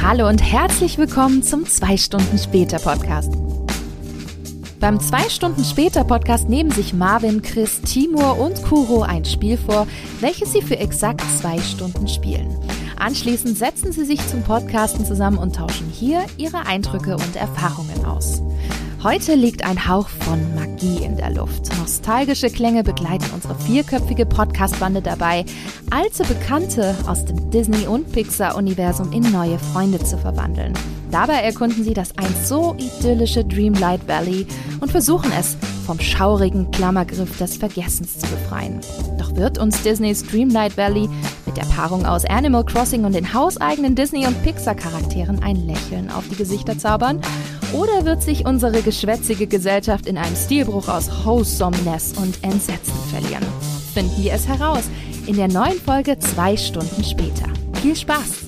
Hallo und herzlich willkommen zum 2 Stunden später Podcast. Beim 2 Stunden später Podcast nehmen sich Marvin, Chris, Timur und Kuro ein Spiel vor, welches sie für exakt 2 Stunden spielen. Anschließend setzen sie sich zum Podcasten zusammen und tauschen hier ihre Eindrücke und Erfahrungen aus. Heute liegt ein Hauch von Magie in der Luft. Nostalgische Klänge begleiten unsere 4-köpfige Podcast-Bande dabei, alte Bekannte aus dem Disney- und Pixar-Universum in neue Freunde zu verwandeln. Dabei erkunden sie das einst so idyllische Dreamlight Valley und versuchen es, vom schaurigen Klammergriff des Vergessens zu befreien. Doch wird uns Disneys Dreamlight Valley mit der Paarung aus Animal Crossing und den hauseigenen Disney- und Pixar-Charakteren ein Lächeln auf die Gesichter zaubern? Oder wird sich unsere geschwätzige Gesellschaft in einem Stilbruch aus Wholesomeness und Entsetzen verlieren? Finden wir es heraus in der neuen Folge 2 Stunden später. Viel Spaß!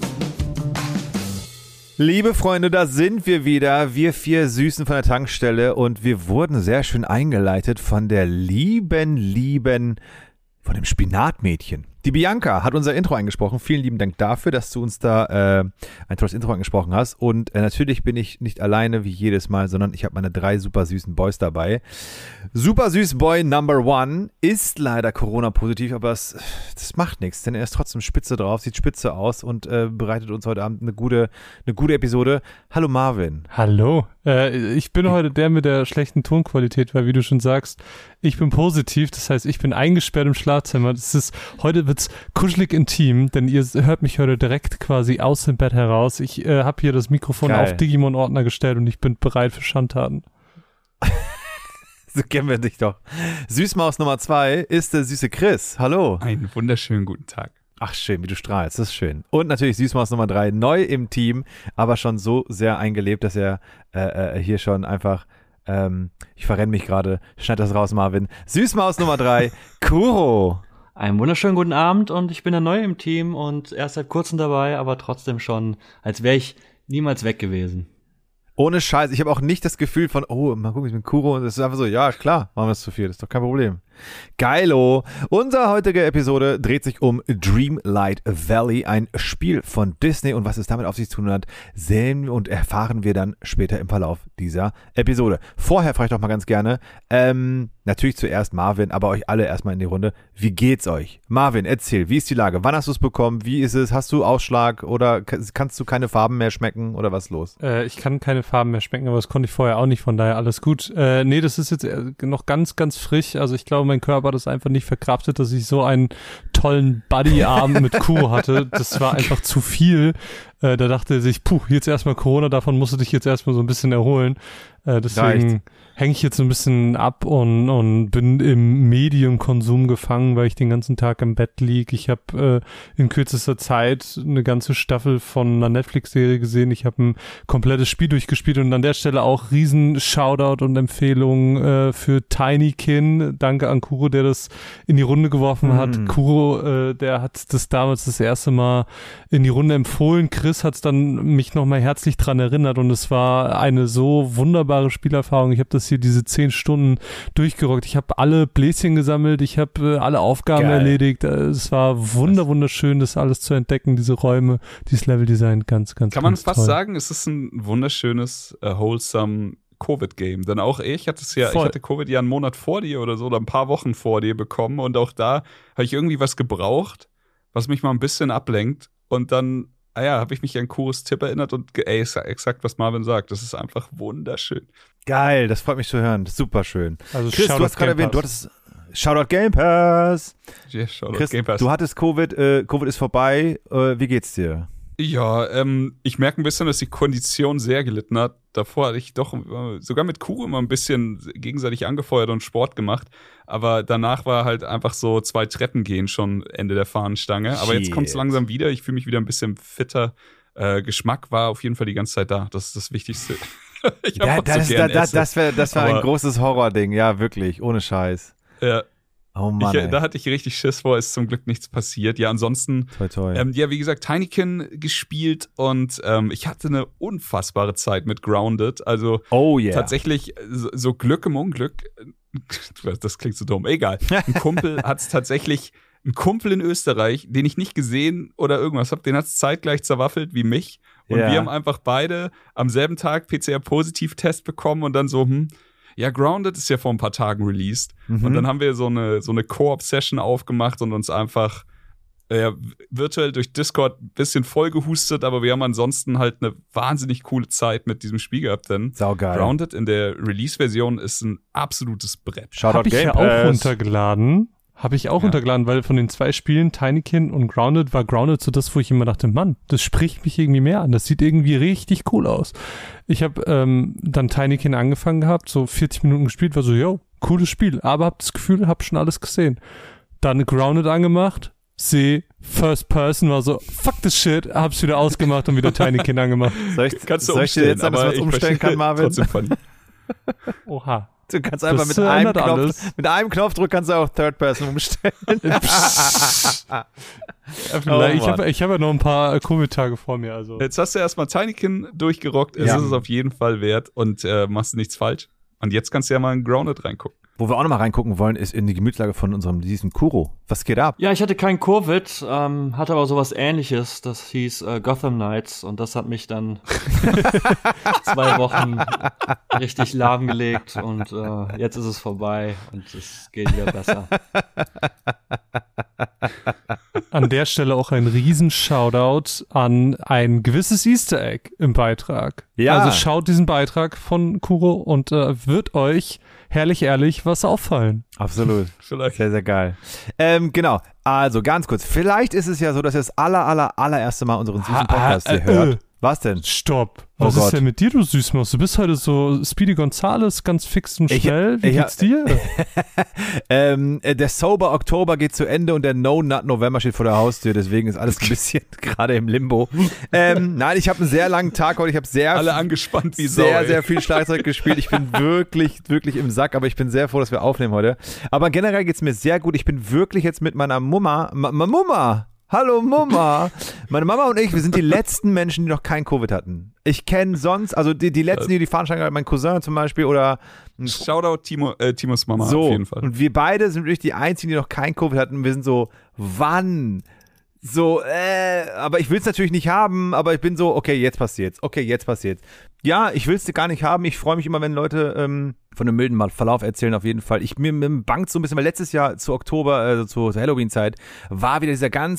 Liebe Freunde, da sind wir wieder, wir 4 Süßen von der Tankstelle, und wir wurden sehr schön eingeleitet von der von dem Spinatmädchen. Die Bianca hat unser Intro eingesprochen. Vielen lieben Dank dafür, dass du uns da ein tolles Intro angesprochen hast. Und natürlich bin ich nicht alleine wie jedes Mal, sondern ich habe meine 3 super süßen Boys dabei. Super süß Boy Number 1 ist leider Corona-positiv, aber das macht nichts, denn er ist trotzdem spitze drauf, sieht spitze aus und bereitet uns heute Abend eine gute Episode. Hallo Marvin. Hallo. Ich bin heute der mit der schlechten Tonqualität, weil, wie du schon sagst, ich bin positiv, das heißt, ich bin eingesperrt im Schlafzimmer. Heute wird's kuschelig intim, denn ihr hört mich heute direkt quasi aus dem Bett heraus. Ich habe hier das Mikrofon auf Digimon-Ordner gestellt und ich bin bereit für Schandtaten. So kennen wir dich doch. Süßmaus Nummer 2 ist der süße Chris. Hallo. Einen wunderschönen guten Tag. Ach, schön, wie du strahlst, das ist schön. Und natürlich Süßmaus Nummer 3, neu im Team, aber schon so sehr eingelebt, dass er hier schon einfach, ich verrenne mich gerade, schneid das raus, Marvin. Süßmaus Nummer 3, Kuro. Einen wunderschönen guten Abend, und ich bin ja neu im Team und erst seit kurzem dabei, aber trotzdem schon, als wäre ich niemals weg gewesen. Ohne Scheiß, ich habe auch nicht das Gefühl von, oh, mal gucken, ich bin Kuro, und es ist einfach so, ja, klar, machen wir es zu viel, das ist doch kein Problem. Geilo! Unsere heutige Episode dreht sich um Dreamlight Valley, ein Spiel von Disney, und was es damit auf sich zu tun hat, sehen und erfahren wir dann später im Verlauf dieser Episode. Vorher frage ich doch mal ganz gerne, natürlich zuerst Marvin, aber euch alle erstmal in die Runde, wie geht's euch? Marvin, erzähl, wie ist die Lage? Wann hast du es bekommen? Wie ist es? Hast du Ausschlag oder kannst du keine Farben mehr schmecken oder was ist los? Ich kann keine Farben mehr schmecken, aber das konnte ich vorher auch nicht, von daher alles gut. Nee, das ist jetzt noch ganz, ganz frisch, also ich glaube, mein Körper hat das einfach nicht verkraftet, dass ich so einen tollen Buddy-Abend mit Kuh hatte. Das war einfach zu viel. Da dachte er sich, jetzt erstmal Corona, davon musst du dich jetzt erstmal so ein bisschen erholen. Deswegen hänge ich jetzt ein bisschen ab und bin im Medienkonsum gefangen, weil ich den ganzen Tag im Bett liege. Ich habe in kürzester Zeit eine ganze Staffel von einer Netflix-Serie gesehen. Ich habe ein komplettes Spiel durchgespielt, und an der Stelle auch riesen Shoutout und Empfehlung für Tinykin. Danke an Kuro, der das in die Runde geworfen hat. Kuro, der hat das damals das erste Mal in die Runde empfohlen. Chris hat es dann mich nochmal herzlich dran erinnert, und es war eine so wunderbare Spielerfahrung. Ich habe das hier diese 10 Stunden durchgerockt. Ich habe alle Bläschen gesammelt, ich habe alle Aufgaben erledigt. Es war wunderschön, das alles zu entdecken, diese Räume, dieses Leveldesign, ganz, ganz, Kann man ganz fast toll sagen, es ist ein wunderschönes, wholesome Covid-Game. Denn auch ich hatte Covid ja einen Monat vor dir oder so, oder ein paar Wochen vor dir bekommen, und auch da habe ich irgendwie was gebraucht, was mich mal ein bisschen ablenkt, und dann habe ich mich an Kuros Tipp erinnert, und ist ja exakt, was Marvin sagt. Das ist einfach wunderschön. Geil, das freut mich zu hören. Super schön. Also Chris, du hast gerade erwähnt, du hattest Shoutout Game Pass. Yeah, Shoutout Chris, Game Pass. Du hattest Covid, Covid ist vorbei. Wie geht's dir? Ja, ich merke ein bisschen, dass die Kondition sehr gelitten hat. Davor hatte ich doch sogar mit Kuro immer ein bisschen gegenseitig angefeuert und Sport gemacht. Aber danach war halt einfach so 2 Treppen gehen schon Ende der Fahnenstange. Aber jetzt kommt es langsam wieder. Ich fühle mich wieder ein bisschen fitter. Geschmack war auf jeden Fall die ganze Zeit da. Das ist das Wichtigste. Das war ein großes Horrording. Ja, wirklich. Ohne Scheiß. Ja. Oh Mann, da hatte ich richtig Schiss vor, ist zum Glück nichts passiert. Ja, ansonsten, toi. Wie gesagt, Tinykin gespielt, und ich hatte eine unfassbare Zeit mit Grounded. Also tatsächlich so Glück im Unglück. Das klingt so dumm, egal. Ein Kumpel hat es tatsächlich ein Kumpel in Österreich, den ich nicht gesehen oder irgendwas habe, den hat es zeitgleich zerwaffelt wie mich. Und wir haben einfach beide am selben Tag PCR-Positiv-Test bekommen und dann so, ja, Grounded ist ja vor ein paar Tagen released. Und dann haben wir so eine Co-op-Session aufgemacht und uns einfach virtuell durch Discord ein bisschen vollgehustet, aber wir haben ansonsten halt eine wahnsinnig coole Zeit mit diesem Spiel gehabt, denn Saugeil. Grounded in der Release-Version ist ein absolutes Brett. Shoutout Habe ich Game ja auch Pass. runtergeladen. Weil von den 2 Spielen, Tinykin und Grounded, war Grounded so das, wo ich immer dachte, Mann, das spricht mich irgendwie mehr an. Das sieht irgendwie richtig cool aus. Ich habe dann Tinykin angefangen gehabt, so 40 Minuten gespielt, war so, yo, cooles Spiel. Aber hab das Gefühl, hab schon alles gesehen. Dann Grounded angemacht, sehe First Person, war so, fuck this shit, hab's wieder ausgemacht und wieder Tinykin angemacht. Soll ich dir jetzt sagen, dass man es umstellen kann, Marvin? Trotzdem funny. Oha. Du kannst einfach Das mit einem ändert alles. Knopfdruck kannst du auch Third Person umstellen. Ich hab ja noch ein paar Covid-Tage vor mir. Also. Jetzt hast du erstmal Tinykin durchgerockt, es ist es auf jeden Fall wert und machst nichts falsch. Und jetzt kannst du ja mal in Grounded reingucken. Wo wir auch nochmal reingucken wollen, ist in die Gemütslage von unserem süßen Kuro. Was geht ab? Ja, ich hatte kein Covid, hatte aber sowas Ähnliches. Das hieß Gotham Knights und das hat mich dann 2 Wochen richtig lahmgelegt und jetzt ist es vorbei und es geht wieder besser. An der Stelle auch ein Riesen-Shoutout an ein gewisses Easter Egg im Beitrag. Ja. Also schaut diesen Beitrag von Kuro und wird euch herrlich ehrlich was auffallen. Absolut. Vielleicht. Sehr, sehr geil. Genau. Also ganz kurz. Vielleicht ist es ja so, dass ihr das allererste Mal unseren süßen Podcast hier hört. Was denn? Stopp. Was Oh ist Gott. denn mit dir, du Süßmaus? Du bist heute so Speedy Gonzales, ganz fix und schnell. Wie geht's dir? Der Sober Oktober geht zu Ende und der No Nut November steht vor der Haustür. Deswegen ist alles ein bisschen gerade im Limbo. Nein, ich habe einen sehr langen Tag heute. Ich habe Alle angespannt wie Sau. sehr viel Schlagzeug gespielt. Ich bin wirklich im Sack, aber ich bin sehr froh, dass wir aufnehmen heute. Aber generell geht's mir sehr gut. Ich bin wirklich jetzt mit meiner Mama. Hallo Mama. Meine Mama und ich, wir sind die letzten Menschen, die noch kein Covid hatten. Ich kenne sonst, also die letzten, die Veranstaltung hatten, mein Cousin zum Beispiel oder Shoutout Timos Mama so. auf jeden Fall. Und wir beide sind wirklich die einzigen, die noch kein Covid hatten. Wir sind so, wann? So, aber ich will es natürlich nicht haben, aber ich bin so, okay, jetzt passiert's. Ja, ich will es gar nicht haben. Ich freue mich immer, wenn Leute von einem milden Verlauf erzählen, auf jeden Fall. Mir bangt so ein bisschen, weil letztes Jahr zu Oktober, also zur Halloween-Zeit, war wieder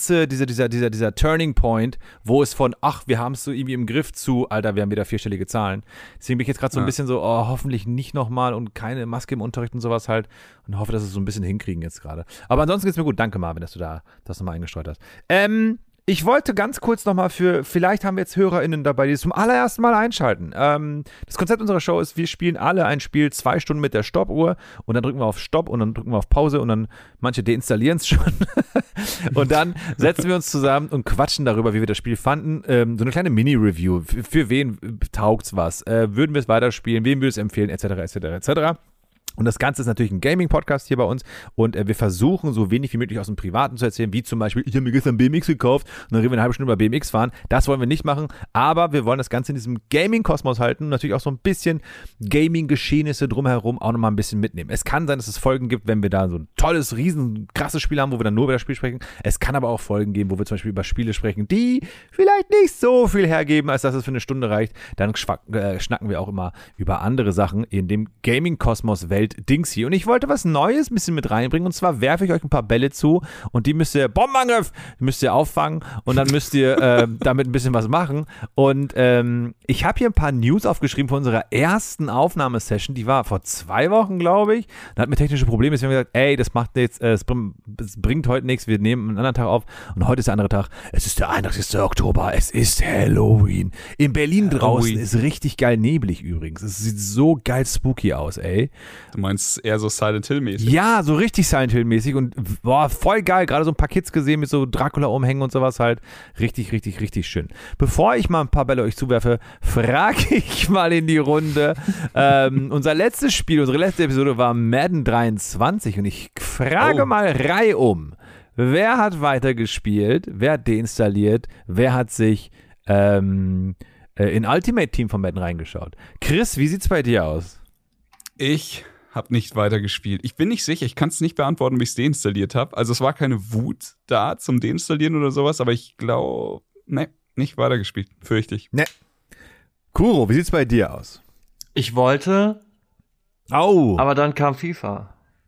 dieser Turning Point, wo es von, ach, wir haben es so irgendwie im Griff zu, Alter, wir haben wieder 4-stellige Zahlen. Deswegen bin ich jetzt gerade so ein bisschen so, oh, hoffentlich nicht nochmal und keine Maske im Unterricht und sowas halt und hoffe, dass wir es so ein bisschen hinkriegen jetzt gerade. Aber ansonsten geht's mir gut. Danke, Marvin, dass du da das nochmal eingestreut hast. Ich wollte ganz kurz nochmal vielleicht haben wir jetzt HörerInnen dabei, die zum allerersten Mal einschalten. Das Konzept unserer Show ist, wir spielen alle ein Spiel 2 Stunden mit der Stoppuhr und dann drücken wir auf Stopp und dann drücken wir auf Pause und dann manche deinstallieren es schon. Und dann setzen wir uns zusammen und quatschen darüber, wie wir das Spiel fanden. So eine kleine Mini-Review. Für wen taugt's was? Würden wir es weiterspielen? Wem würde es empfehlen? Etc. Und das Ganze ist natürlich ein Gaming-Podcast hier bei uns und wir versuchen, so wenig wie möglich aus dem Privaten zu erzählen, wie zum Beispiel, ich habe mir gestern BMX gekauft und dann reden wir eine halbe Stunde über BMX fahren. Das wollen wir nicht machen, aber wir wollen das Ganze in diesem Gaming-Kosmos halten und natürlich auch so ein bisschen Gaming-Geschehnisse drumherum auch nochmal ein bisschen mitnehmen. Es kann sein, dass es Folgen gibt, wenn wir da so ein tolles, riesen, krasses Spiel haben, wo wir dann nur über das Spiel sprechen. Es kann aber auch Folgen geben, wo wir zum Beispiel über Spiele sprechen, die vielleicht nicht so viel hergeben, als dass es für eine Stunde reicht. Dann schnacken wir auch immer über andere Sachen in dem Gaming-Kosmos-Welt Dings hier. Und ich wollte was Neues ein bisschen mit reinbringen. Und zwar werfe ich euch ein paar Bälle zu und die müsst ihr, Bombenangriff, müsst ihr auffangen und dann müsst ihr damit ein bisschen was machen. Und ich habe hier ein paar News aufgeschrieben von unserer ersten Aufnahmesession. Die war vor 2 Wochen, glaube ich. Da hatten wir technische Probleme. Deswegen haben wir gesagt, ey, das macht jetzt, es bringt heute nichts. Wir nehmen einen anderen Tag auf. Und heute ist der andere Tag. Es ist der 31. Oktober. Es ist Halloween. In Berlin draußen ist richtig geil neblig übrigens. Es sieht so geil spooky aus, ey. Du meinst eher so Silent Hill-mäßig? Ja, so richtig Silent Hill-mäßig und boah, voll geil. Gerade so ein paar Kids gesehen mit so Dracula-Umhängen und sowas halt. Richtig schön. Bevor ich mal ein paar Bälle euch zuwerfe, frage ich mal in die Runde. Unser letztes Spiel, unsere letzte Episode war Madden 23 und ich frage mal reihum. Wer hat weitergespielt? Wer hat deinstalliert? Wer hat sich in Ultimate Team von Madden reingeschaut? Chris, wie sieht's bei dir aus? Ich hab nicht weitergespielt. Ich bin nicht sicher, ich kann es nicht beantworten, wie ich es deinstalliert habe. Also es war keine Wut da zum Deinstallieren oder sowas, aber ich glaube, nicht weitergespielt, fürchte ich. Ne. Kuro, wie sieht's bei dir aus? Ich wollte, Au. aber dann kam FIFA.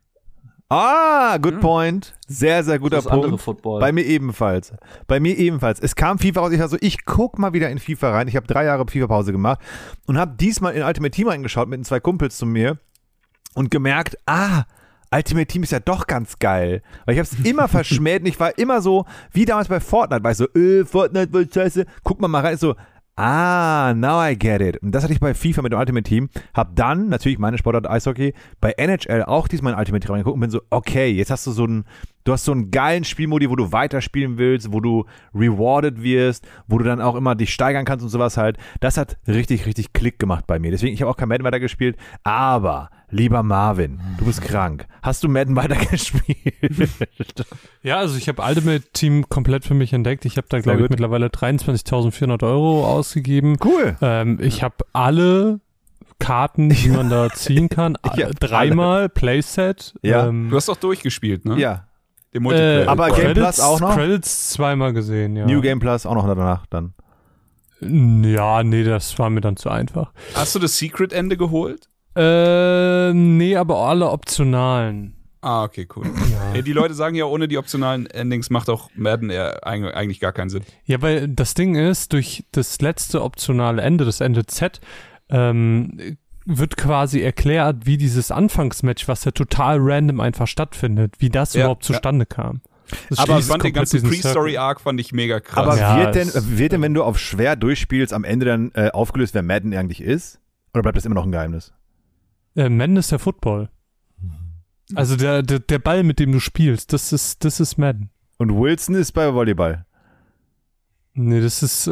Good point. Sehr, sehr guter Das andere Punkt. Football. Bei mir ebenfalls. Es kam FIFA raus. Ich war so, ich guck mal wieder in FIFA rein. Ich habe 3 Jahre FIFA-Pause gemacht und habe diesmal in Ultimate Team reingeschaut mit den 2 Kumpels zu mir und gemerkt, Ultimate Team ist ja doch ganz geil. Weil ich habe es immer verschmäht und ich war immer so, wie damals bei Fortnite, war ich so, Fortnite wird scheiße. Guck mal rein, ist so, now I get it. Und das hatte ich bei FIFA mit dem Ultimate Team. Hab dann, natürlich meine Sportart Eishockey, bei NHL auch diesmal in Ultimate Team reingeguckt und bin so, okay, jetzt hast du du hast so einen geilen Spielmodi, wo du weiterspielen willst, wo du rewarded wirst, wo du dann auch immer dich steigern kannst und sowas halt. Das hat richtig, richtig Klick gemacht bei mir. Deswegen, ich habe auch kein Madden weitergespielt. Aber, lieber Marvin, du bist krank. Hast du Madden weitergespielt? Ja, also ich habe Ultimate Team komplett für mich entdeckt. Ich habe da, glaube ich, mittlerweile 23.400 € ausgegeben. Cool. Ich habe alle Karten, die man da ziehen kann, Ja, 3-mal Playset. Ja. Du hast doch durchgespielt, ne? Ja. Den Multiplayer. aber Game Plus auch noch? Credits 2-mal gesehen, ja. New Game Plus auch noch danach dann. Ja, nee, das war mir dann zu einfach. Hast du das Secret-Ende geholt? Nee, aber alle optionalen. Okay, cool. Ja. Die Leute sagen ja, ohne die optionalen Endings macht auch Madden eigentlich gar keinen Sinn. Ja, weil das Ding ist, durch das letzte optionale Ende, das Ende Z, wird quasi erklärt, wie dieses Anfangsmatch, was ja total random einfach stattfindet, wie das überhaupt zustande kam. Das Aber ich schließt fand den komplett ganzen diesen Pre-Story-Arc fand ich mega krass. Aber Ja, wird denn, wenn du auf schwer durchspielst, am Ende dann aufgelöst, wer Madden eigentlich ist? Oder bleibt das immer noch ein Geheimnis? Madden ist der Football. Also der Ball, mit dem du spielst, das ist Madden. Und Wilson ist bei Volleyball. Nee, das ist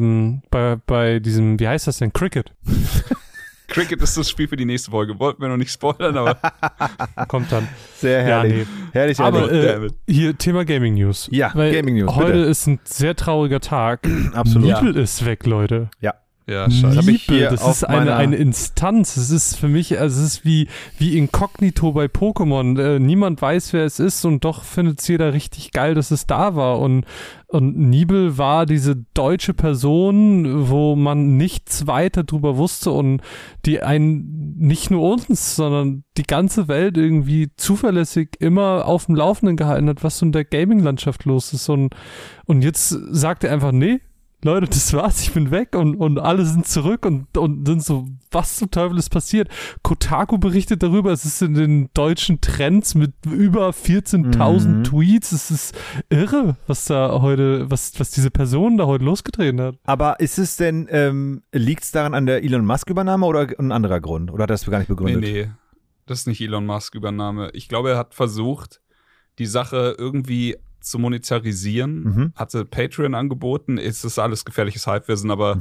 bei diesem, wie heißt das denn, Cricket. Cricket ist das Spiel für die nächste Folge. Wollten wir noch nicht spoilern, aber Kommt dann. Sehr herrlich. Herrlich, Aber herrlich. hier Thema Gaming News. Ja, Weil Gaming News, heute bitte. ist ein sehr trauriger Tag. Absolut. Niebel ist weg, Leute. ja, scheiße. hab ich hier Niebel, das auf ist meiner- eine Instanz. Es ist für mich, also es ist wie Inkognito bei Pokémon. Niemand weiß, wer es ist und doch findet es jeder richtig geil, dass es da war. Und Niebel war diese deutsche Person, wo man nichts weiter drüber wusste und die einen, nicht nur uns, sondern die ganze Welt irgendwie zuverlässig immer auf dem Laufenden gehalten hat, was so in der Gaming-Landschaft los ist. Und jetzt sagt er einfach, nee, Leute, das war's, ich bin weg und alle sind zurück und sind so, was zum Teufel ist passiert? Kotaku berichtet darüber, es ist in den deutschen Trends mit über 14.000 Tweets, es ist irre, was da heute, was diese Person da heute losgetreten hat. Aber ist es denn, liegt es daran an der Elon Musk-Übernahme oder ein anderer Grund? Oder hat er das gar nicht begründet? Nee, das ist nicht Elon Musk-Übernahme. Ich glaube, er hat versucht, die Sache irgendwie zu monetarisieren, hatte Patreon angeboten, es ist alles gefährliches Halbwissen, aber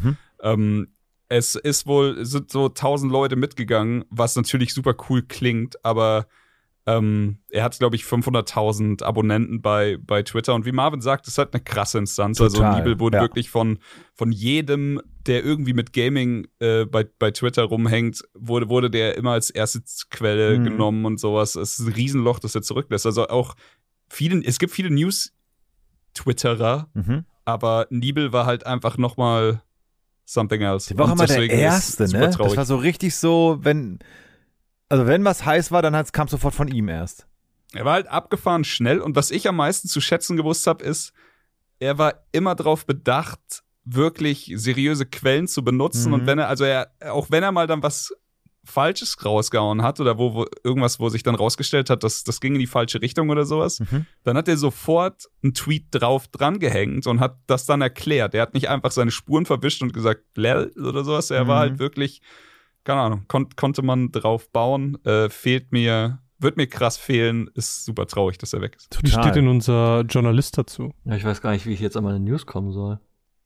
es sind so 1000 Leute mitgegangen, was natürlich super cool klingt, aber er hat, glaube ich, 500.000 Abonnenten bei Twitter und wie Marvin sagt, das ist halt eine krasse Instanz. Total, Also Niebel wurde ja. wirklich von jedem, der irgendwie mit Gaming bei Twitter rumhängt, wurde der immer als erste Quelle genommen und sowas. Es ist ein Riesenloch, das er zurücklässt. Also auch es gibt viele News-Twitterer, aber Niebel war halt einfach nochmal something else. Der war auch Und immer der deswegen ist Erste, super ne? traurig. Das war so richtig so, wenn was heiß war, dann kam es sofort von ihm erst. Er war halt abgefahren schnell und was ich am meisten zu schätzen gewusst habe, ist, er war immer darauf bedacht, wirklich seriöse Quellen zu benutzen und auch wenn er mal dann was Falsches rausgehauen hat oder wo irgendwas, wo sich dann rausgestellt hat, das ging in die falsche Richtung oder sowas, dann hat er sofort einen Tweet dran gehängt und hat das dann erklärt. Er hat nicht einfach seine Spuren verwischt und gesagt, lel oder sowas. Er war halt wirklich, keine Ahnung, konnte man drauf bauen, wird mir krass fehlen, ist super traurig, dass er weg ist. Wie steht denn unser Journalist dazu? Ja, ich weiß gar nicht, wie ich jetzt an meine News kommen soll.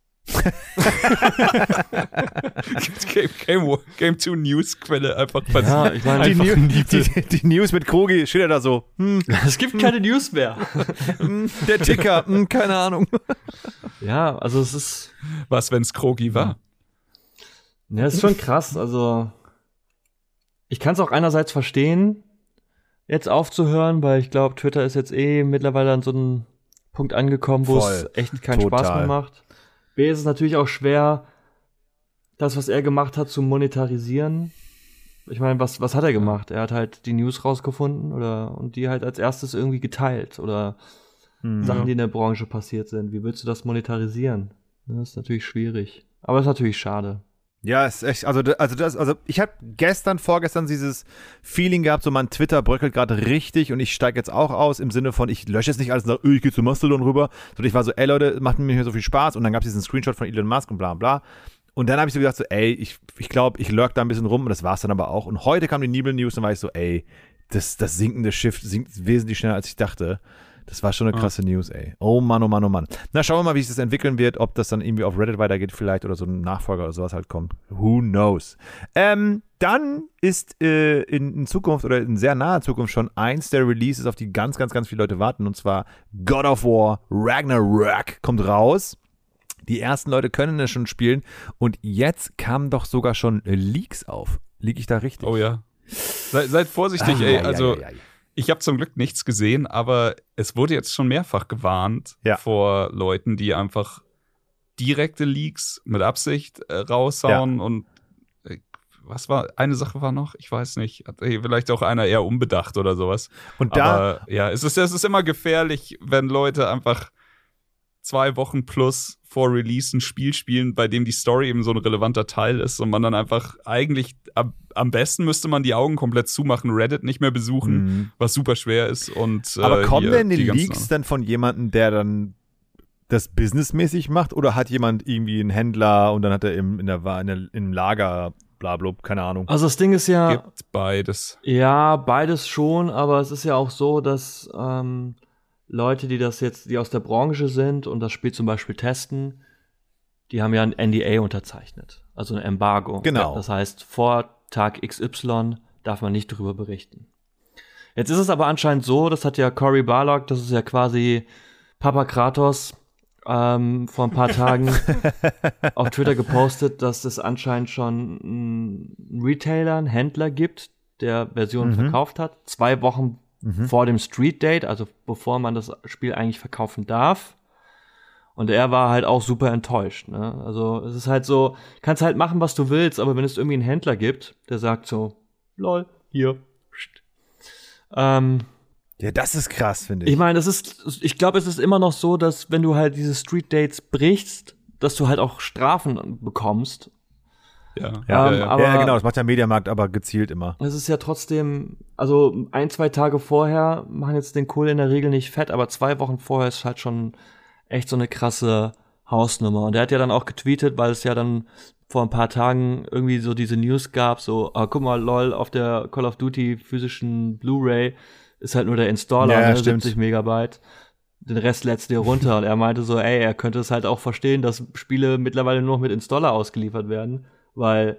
Game 2 News-Quelle einfach Ja, passiert. ich meine, Die News mit Krogi steht ja da so, es gibt keine News mehr. der Ticker, keine Ahnung. Ja, also es ist, Was, wenn's Krogi war? ja, es ist schon krass. Also Ich kann es auch einerseits verstehen, jetzt aufzuhören, weil ich glaube, Twitter ist jetzt mittlerweile an so einem Punkt angekommen, wo es echt keinen Spaß mehr macht. B, ist es natürlich auch schwer, das, was er gemacht hat, zu monetarisieren. Ich meine, was hat er gemacht? Er hat halt die News rausgefunden und die halt als erstes irgendwie geteilt oder Sachen, die in der Branche passiert sind. Wie willst du das monetarisieren? Das ist natürlich schwierig. Aber ist natürlich schade. Ja, ist echt, also ich habe vorgestern dieses Feeling gehabt, so mein Twitter bröckelt gerade richtig und ich steige jetzt auch aus im Sinne von, ich lösche jetzt nicht alles und sage, ich gehe zu Mastodon rüber, sondern ich war so, ey Leute, macht mir hier so viel Spaß und dann gab es diesen Screenshot von Elon Musk und bla bla. Und dann habe ich so gedacht, so, ey, ich glaube, ich lurk da ein bisschen rum und das war's dann aber auch. Und heute kam die Nibel-News und war ich so, ey, das sinkende Schiff sinkt wesentlich schneller, als ich dachte. Das war schon eine krasse News, ey. Oh Mann, oh Mann, oh Mann. Na, schauen wir mal, wie sich das entwickeln wird, ob das dann irgendwie auf Reddit weitergeht vielleicht oder so ein Nachfolger oder sowas halt kommt. Who knows? Dann ist in Zukunft oder in sehr naher Zukunft schon eins der Releases, auf die ganz, ganz, ganz viele Leute warten, und zwar God of War Ragnarök kommt raus. Die ersten Leute können es schon spielen und jetzt kamen doch sogar schon Leaks auf. Liege ich da richtig? Oh ja. Seid vorsichtig, ey. Also ich habe zum Glück nichts gesehen, aber es wurde jetzt schon mehrfach gewarnt vor Leuten, die einfach direkte Leaks mit Absicht raushauen und eine Sache war noch? Ich weiß nicht. Vielleicht auch einer eher unbedacht oder sowas. Und da, aber ja, es ist immer gefährlich, wenn Leute einfach 2 Wochen plus vor Release ein Spiel spielen, bei dem die Story eben so ein relevanter Teil ist und man dann einfach eigentlich am besten müsste man die Augen komplett zumachen, Reddit nicht mehr besuchen, was super schwer ist. Und aber kommen denn die Leaks dann von jemandem, der dann das businessmäßig macht, oder hat jemand irgendwie einen Händler und dann hat er im Lager blablabla, keine Ahnung. Also das Ding ist ja, gibt beides. Ja, beides schon, aber es ist ja auch so, dass Leute, die aus der Branche sind und das Spiel zum Beispiel testen, die haben ja ein NDA unterzeichnet, also ein Embargo. Genau. Das heißt, vor Tag XY darf man nicht darüber berichten. Jetzt ist es aber anscheinend so, das hat ja Cory Barlog, das ist ja quasi Papa Kratos, vor ein paar Tagen auf Twitter gepostet, dass es anscheinend schon einen Retailer, einen Händler gibt, der Versionen verkauft hat, 2 Wochen vor dem Street Date, also bevor man das Spiel eigentlich verkaufen darf. Und er war halt auch super enttäuscht, ne? Also es ist halt so, kannst halt machen, was du willst, aber wenn es irgendwie einen Händler gibt, der sagt so, lol, hier. Ja, das ist krass, finde ich. Ich meine, ich glaube, es ist immer noch so, dass wenn du halt diese Street Dates brichst, dass du halt auch Strafen bekommst. Ja, aber genau, das macht der Mediamarkt aber gezielt immer. Es ist ja trotzdem, also 1-2 Tage vorher machen jetzt den Kohl in der Regel nicht fett, aber 2 Wochen vorher ist halt schon echt so eine krasse Hausnummer. Und er hat ja dann auch getweetet, weil es ja dann vor ein paar Tagen irgendwie so diese News gab, so, guck mal, lol, auf der Call of Duty physischen Blu-ray ist halt nur der Installer, ne, 70 Megabyte. Den Rest lädst du dir runter. Und er meinte so, ey, er könnte es halt auch verstehen, dass Spiele mittlerweile nur noch mit Installer ausgeliefert werden. Weil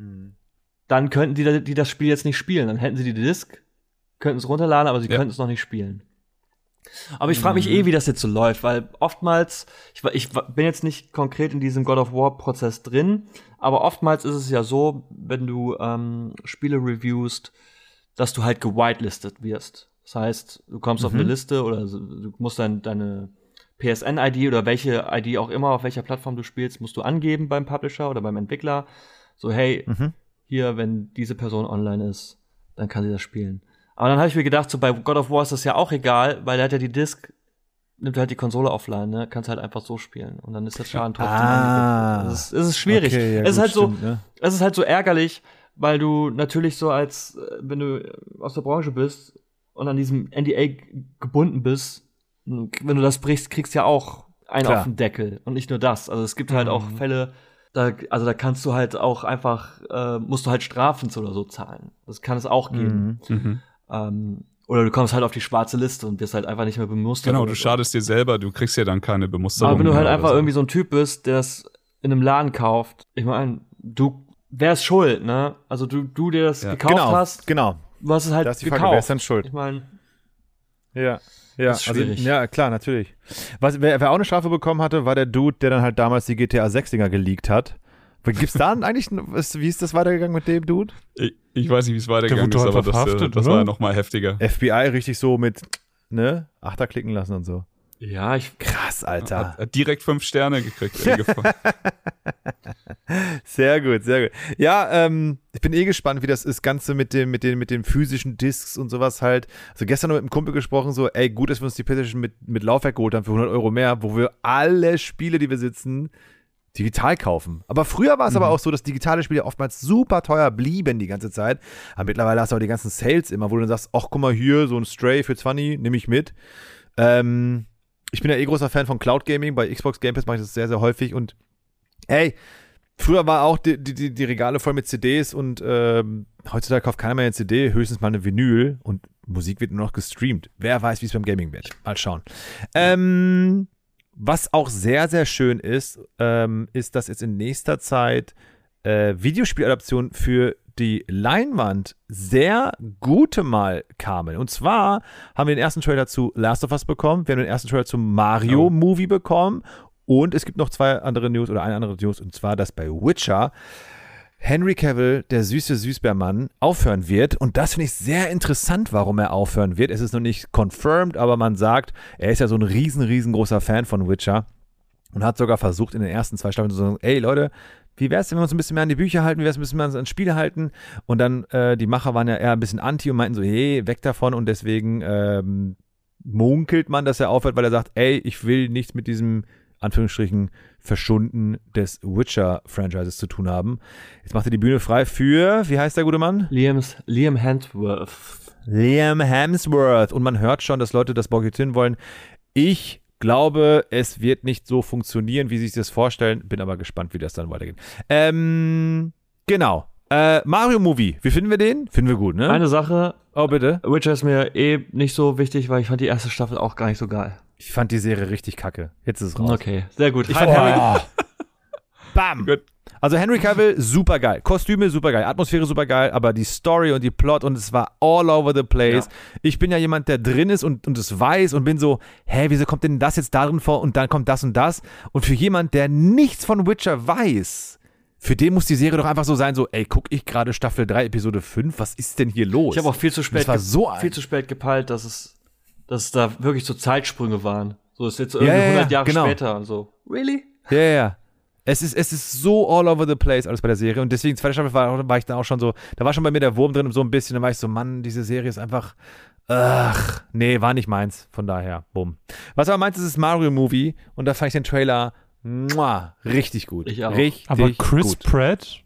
dann könnten die das Spiel jetzt nicht spielen. Dann hätten sie die Disk, könnten es runterladen, aber sie könnten es noch nicht spielen. Aber ich frage mich wie das jetzt so läuft, weil oftmals, ich bin jetzt nicht konkret in diesem God of War-Prozess drin, aber oftmals ist es ja so, wenn du Spiele reviewst, dass du halt gewitelistet wirst. Das heißt, du kommst auf eine Liste oder du musst deine PSN-ID oder welche ID auch immer, auf welcher Plattform du spielst, musst du angeben beim Publisher oder beim Entwickler. So, hey, hier, wenn diese Person online ist, dann kann sie das spielen. Aber dann habe ich mir gedacht, so bei God of War ist das ja auch egal, weil der hat ja die Disc, nimmt halt die Konsole offline, ne? Kannst halt einfach so spielen. Und dann ist das Schaden trotzdem angegriffen. Es ist schwierig. Okay, ja, es ist halt stimmt, so, es ist halt so ärgerlich, weil du natürlich so wenn du aus der Branche bist und an diesem NDA gebunden bist, wenn du das brichst, kriegst du ja auch einen auf den Deckel. Und nicht nur das. Also es gibt halt auch Fälle, da kannst du halt auch einfach, musst du halt Strafen oder so zahlen. Das kann es auch geben. Oder du kommst halt auf die schwarze Liste und wirst halt einfach nicht mehr bemustert. Genau, du schadest dir selber, du kriegst ja dann keine Bemusterung. Aber wenn du halt einfach irgendwie so ein Typ bist, der es in einem Laden kauft, ich meine, du wärst schuld, ne? Also du dir das gekauft hast. Genau. Du hast es halt das ist die gekauft. Frage, wer ist dann schuld? Ich meine, ja, das ist schwierig. Also, ja, klar, natürlich. Wer auch eine Strafe bekommen hatte, war der Dude, der dann halt damals die GTA 6-Dinger geleakt hat. Gibt's da eigentlich, wie ist das weitergegangen mit dem Dude? Ich weiß nicht, wie es weitergegangen Der ist, wurde aber verhaftet, das oder? war ja noch mal heftiger. FBI richtig so mit, ne, Achter klicken lassen und so. Ja, Krass, Alter. Hat direkt 5 Sterne gekriegt. Sehr gut, sehr gut. Ja, ich bin gespannt, wie das ist, Ganze mit den physischen Discs und sowas halt. Also gestern noch mit einem Kumpel gesprochen, so, ey, gut, dass wir uns die PlayStation mit Laufwerk geholt haben für 100 Euro mehr, wo wir alle Spiele, die wir sitzen, digital kaufen. Aber früher war es aber auch so, dass digitale Spiele oftmals super teuer blieben die ganze Zeit. Aber mittlerweile hast du auch die ganzen Sales immer, wo du dann sagst, ach, guck mal hier, so ein Stray für 20, nehme ich mit. Ich bin ja großer Fan von Cloud Gaming. Bei Xbox Game Pass mache ich das sehr, sehr häufig. Und ey, früher war auch die Regale voll mit CDs und heutzutage kauft keiner mehr eine CD, höchstens mal eine Vinyl und Musik wird nur noch gestreamt. Wer weiß, wie es beim Gaming wird. Mal schauen. Was auch sehr, sehr schön ist, ist, dass jetzt in nächster Zeit Videospieladaptionen für die Leinwand sehr gute mal kamen. Und zwar haben wir den ersten Trailer zu Last of Us bekommen, wir haben den ersten Trailer zum Mario-Movie bekommen und es gibt noch eine andere News, und zwar, dass bei Witcher Henry Cavill, der süße Süßbärmann, aufhören wird. Und das finde ich sehr interessant, warum er aufhören wird. Es ist noch nicht confirmed, aber man sagt, er ist ja so ein riesengroßer Fan von Witcher und hat sogar versucht, in den ersten 2 Staffeln zu sagen, ey Leute, wie wär's, wenn wir uns ein bisschen mehr an die Bücher halten, wie wär's, ein bisschen mehr an Spiele halten? Und dann, die Macher waren ja eher ein bisschen anti und meinten so, hey, weg davon. Und deswegen munkelt man, dass er aufhört, weil er sagt, ey, ich will nichts mit diesem, Anführungsstrichen, Verschunden des Witcher-Franchises zu tun haben. Jetzt macht er die Bühne frei für, wie heißt der gute Mann? Liam Hemsworth. Liam Hemsworth. Und man hört schon, dass Leute das boykottieren wollen. Ich glaube, es wird nicht so funktionieren, wie sie sich das vorstellen. Bin aber gespannt, wie das dann weitergeht. Genau. Mario Movie. Wie finden wir den? Finden wir gut, ne? Eine Sache. Oh, bitte. Witcher ist mir nicht so wichtig, weil ich fand die erste Staffel auch gar nicht so geil. Ich fand die Serie richtig kacke. Jetzt ist es raus. Okay, sehr gut. Ich fand Bam. Gut. Also Henry Cavill, super geil. Kostüme, super geil. Atmosphäre, super geil. Aber die Story und die Plot und es war all over the place. Ja. Ich bin ja jemand, der drin ist und es weiß und bin so, wieso kommt denn das jetzt darin vor und dann kommt das und das? Und für jemand, der nichts von Witcher weiß, für den muss die Serie doch einfach so sein, so, ey, guck ich gerade Staffel 3, Episode 5, was ist denn hier los? Ich habe auch viel zu spät gepeilt, dass es da wirklich so Zeitsprünge waren. So ist jetzt irgendwie 100 Jahre später und so. Really? Ja. Es ist so all over the place alles bei der Serie und deswegen, zweite Staffel war ich dann auch schon so, da war schon bei mir der Wurm drin so ein bisschen, dann war ich so, Mann, diese Serie ist einfach, nee, war nicht meins, von daher, bumm. Was aber meins ist Mario Movie und da fand ich den Trailer, richtig gut. Ich auch. Richtig aber Chris gut. Pratt?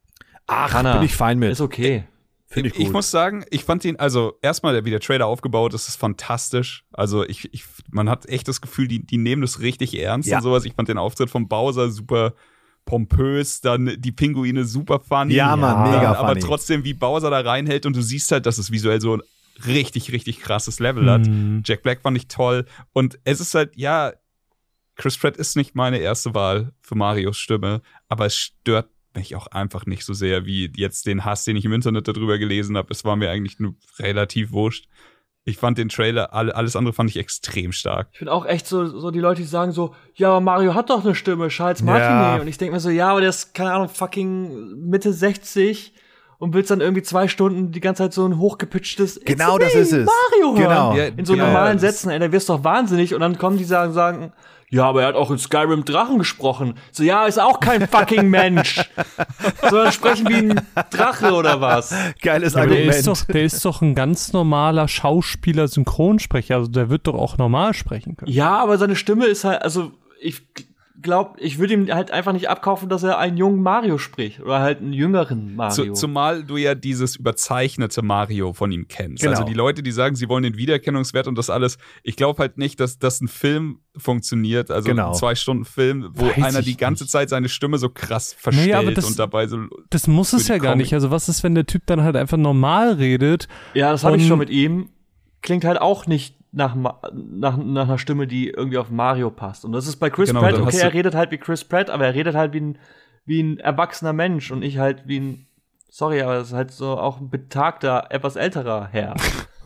Bin ich fein mit. Ist okay. Finde ich gut. Ich muss sagen, ich fand ihn, also erstmal, wie der Trailer aufgebaut ist, ist fantastisch. Also man hat echt das Gefühl, die nehmen das richtig ernst und sowas. Ich fand den Auftritt von Bowser super pompös, dann die Pinguine super funny. Ja, Mann, mega aber funny. Trotzdem, wie Bowser da reinhält und du siehst halt, dass es visuell so ein richtig krasses Level hat. Jack Black fand ich toll. Und es ist halt, Chris Pratt ist nicht meine erste Wahl für Marios Stimme, aber es stört mich auch einfach nicht so sehr wie jetzt den Hass, den ich im Internet darüber gelesen habe. Es war mir eigentlich nur relativ wurscht. Ich fand den Trailer, alles andere fand ich extrem stark. Ich bin auch echt so die Leute, die sagen so, ja, aber Mario hat doch eine Stimme, Charles Martinet. Ja. Und ich denke mir so, ja, aber der ist, keine Ahnung, fucking Mitte 60 und willst dann irgendwie 2 Stunden die ganze Zeit so ein hochgepitchtes Genau, das ist es. Mario hören. Genau. Ja, In so normalen Sätzen, ey, da wirst du doch wahnsinnig. Und dann kommen die sagen, ja, aber er hat auch in Skyrim Drachen gesprochen. So, ja, ist auch kein fucking Mensch. Sondern sprechen wie ein Drache oder was. Geiles Aber Argument. der ist doch ein ganz normaler Schauspieler, Synchronsprecher. Also der wird doch auch normal sprechen können. Ja, aber seine Stimme ist halt, also ich glaube, ich würde ihm halt einfach nicht abkaufen, dass er einen jungen Mario spricht. Oder halt einen jüngeren Mario. Zumal du ja dieses überzeichnete Mario von ihm kennst. Genau. Also die Leute, die sagen, sie wollen den Wiedererkennungswert und das alles. Ich glaube halt nicht, dass das ein Film funktioniert. Also ein 2-Stunden-Film, wo einer die ganze Zeit seine Stimme so krass verstellt aber und dabei so. Das muss es ja gar nicht. Also was ist, wenn der Typ dann halt einfach normal redet? Ja, das habe ich schon mit ihm. Klingt halt auch nicht nach einer Stimme, die irgendwie auf Mario passt. Und das ist bei Chris Pratt, okay, er redet halt wie Chris Pratt, aber er redet halt wie ein erwachsener Mensch und ich halt wie ein, sorry, aber das ist halt so auch ein betagter, etwas älterer Herr.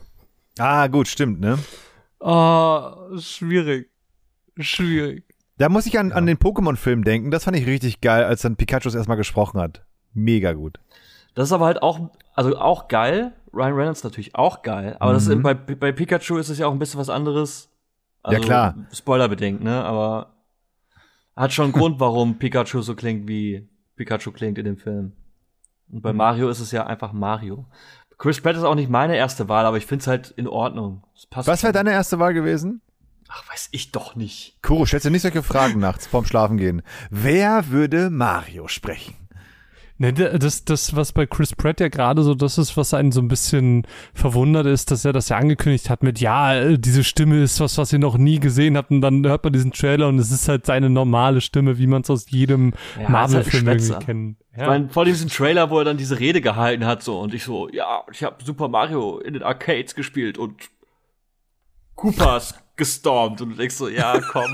Gut, stimmt, ne? Schwierig. Da muss ich an den Pokémon-Film denken. Das fand ich richtig geil, als dann Pikachu erstmal gesprochen hat. Mega gut. Das ist aber halt auch geil. Ryan Reynolds natürlich auch geil. Aber das ist, bei Pikachu ist es ja auch ein bisschen was anderes. Also, ja, klar. Spoilerbedingt, ne? Aber hat schon einen Grund, warum Pikachu so klingt, wie Pikachu klingt in dem Film. Und bei Mario ist es ja einfach Mario. Chris Pratt ist auch nicht meine erste Wahl, aber ich find's halt in Ordnung. Was wäre deine erste Wahl gewesen? Ach, weiß ich doch nicht. Kuro, stellst du nicht solche Fragen nachts vorm Schlafengehen. Wer würde Mario sprechen? Ne, das, was bei Chris Pratt ja gerade so das ist, was einen so ein bisschen verwundert ist, dass er das ja angekündigt hat mit, ja, diese Stimme ist was ihr noch nie gesehen habt und dann hört man diesen Trailer und es ist halt seine normale Stimme, wie man es aus jedem Marvel-Film irgendwie kennt. Ja. Ich meine, vor diesem Trailer, wo er dann diese Rede gehalten hat, so, und ich so, ja, ich habe Super Mario in den Arcades gespielt und Koopas gestormt und du denkst so, ja, komm.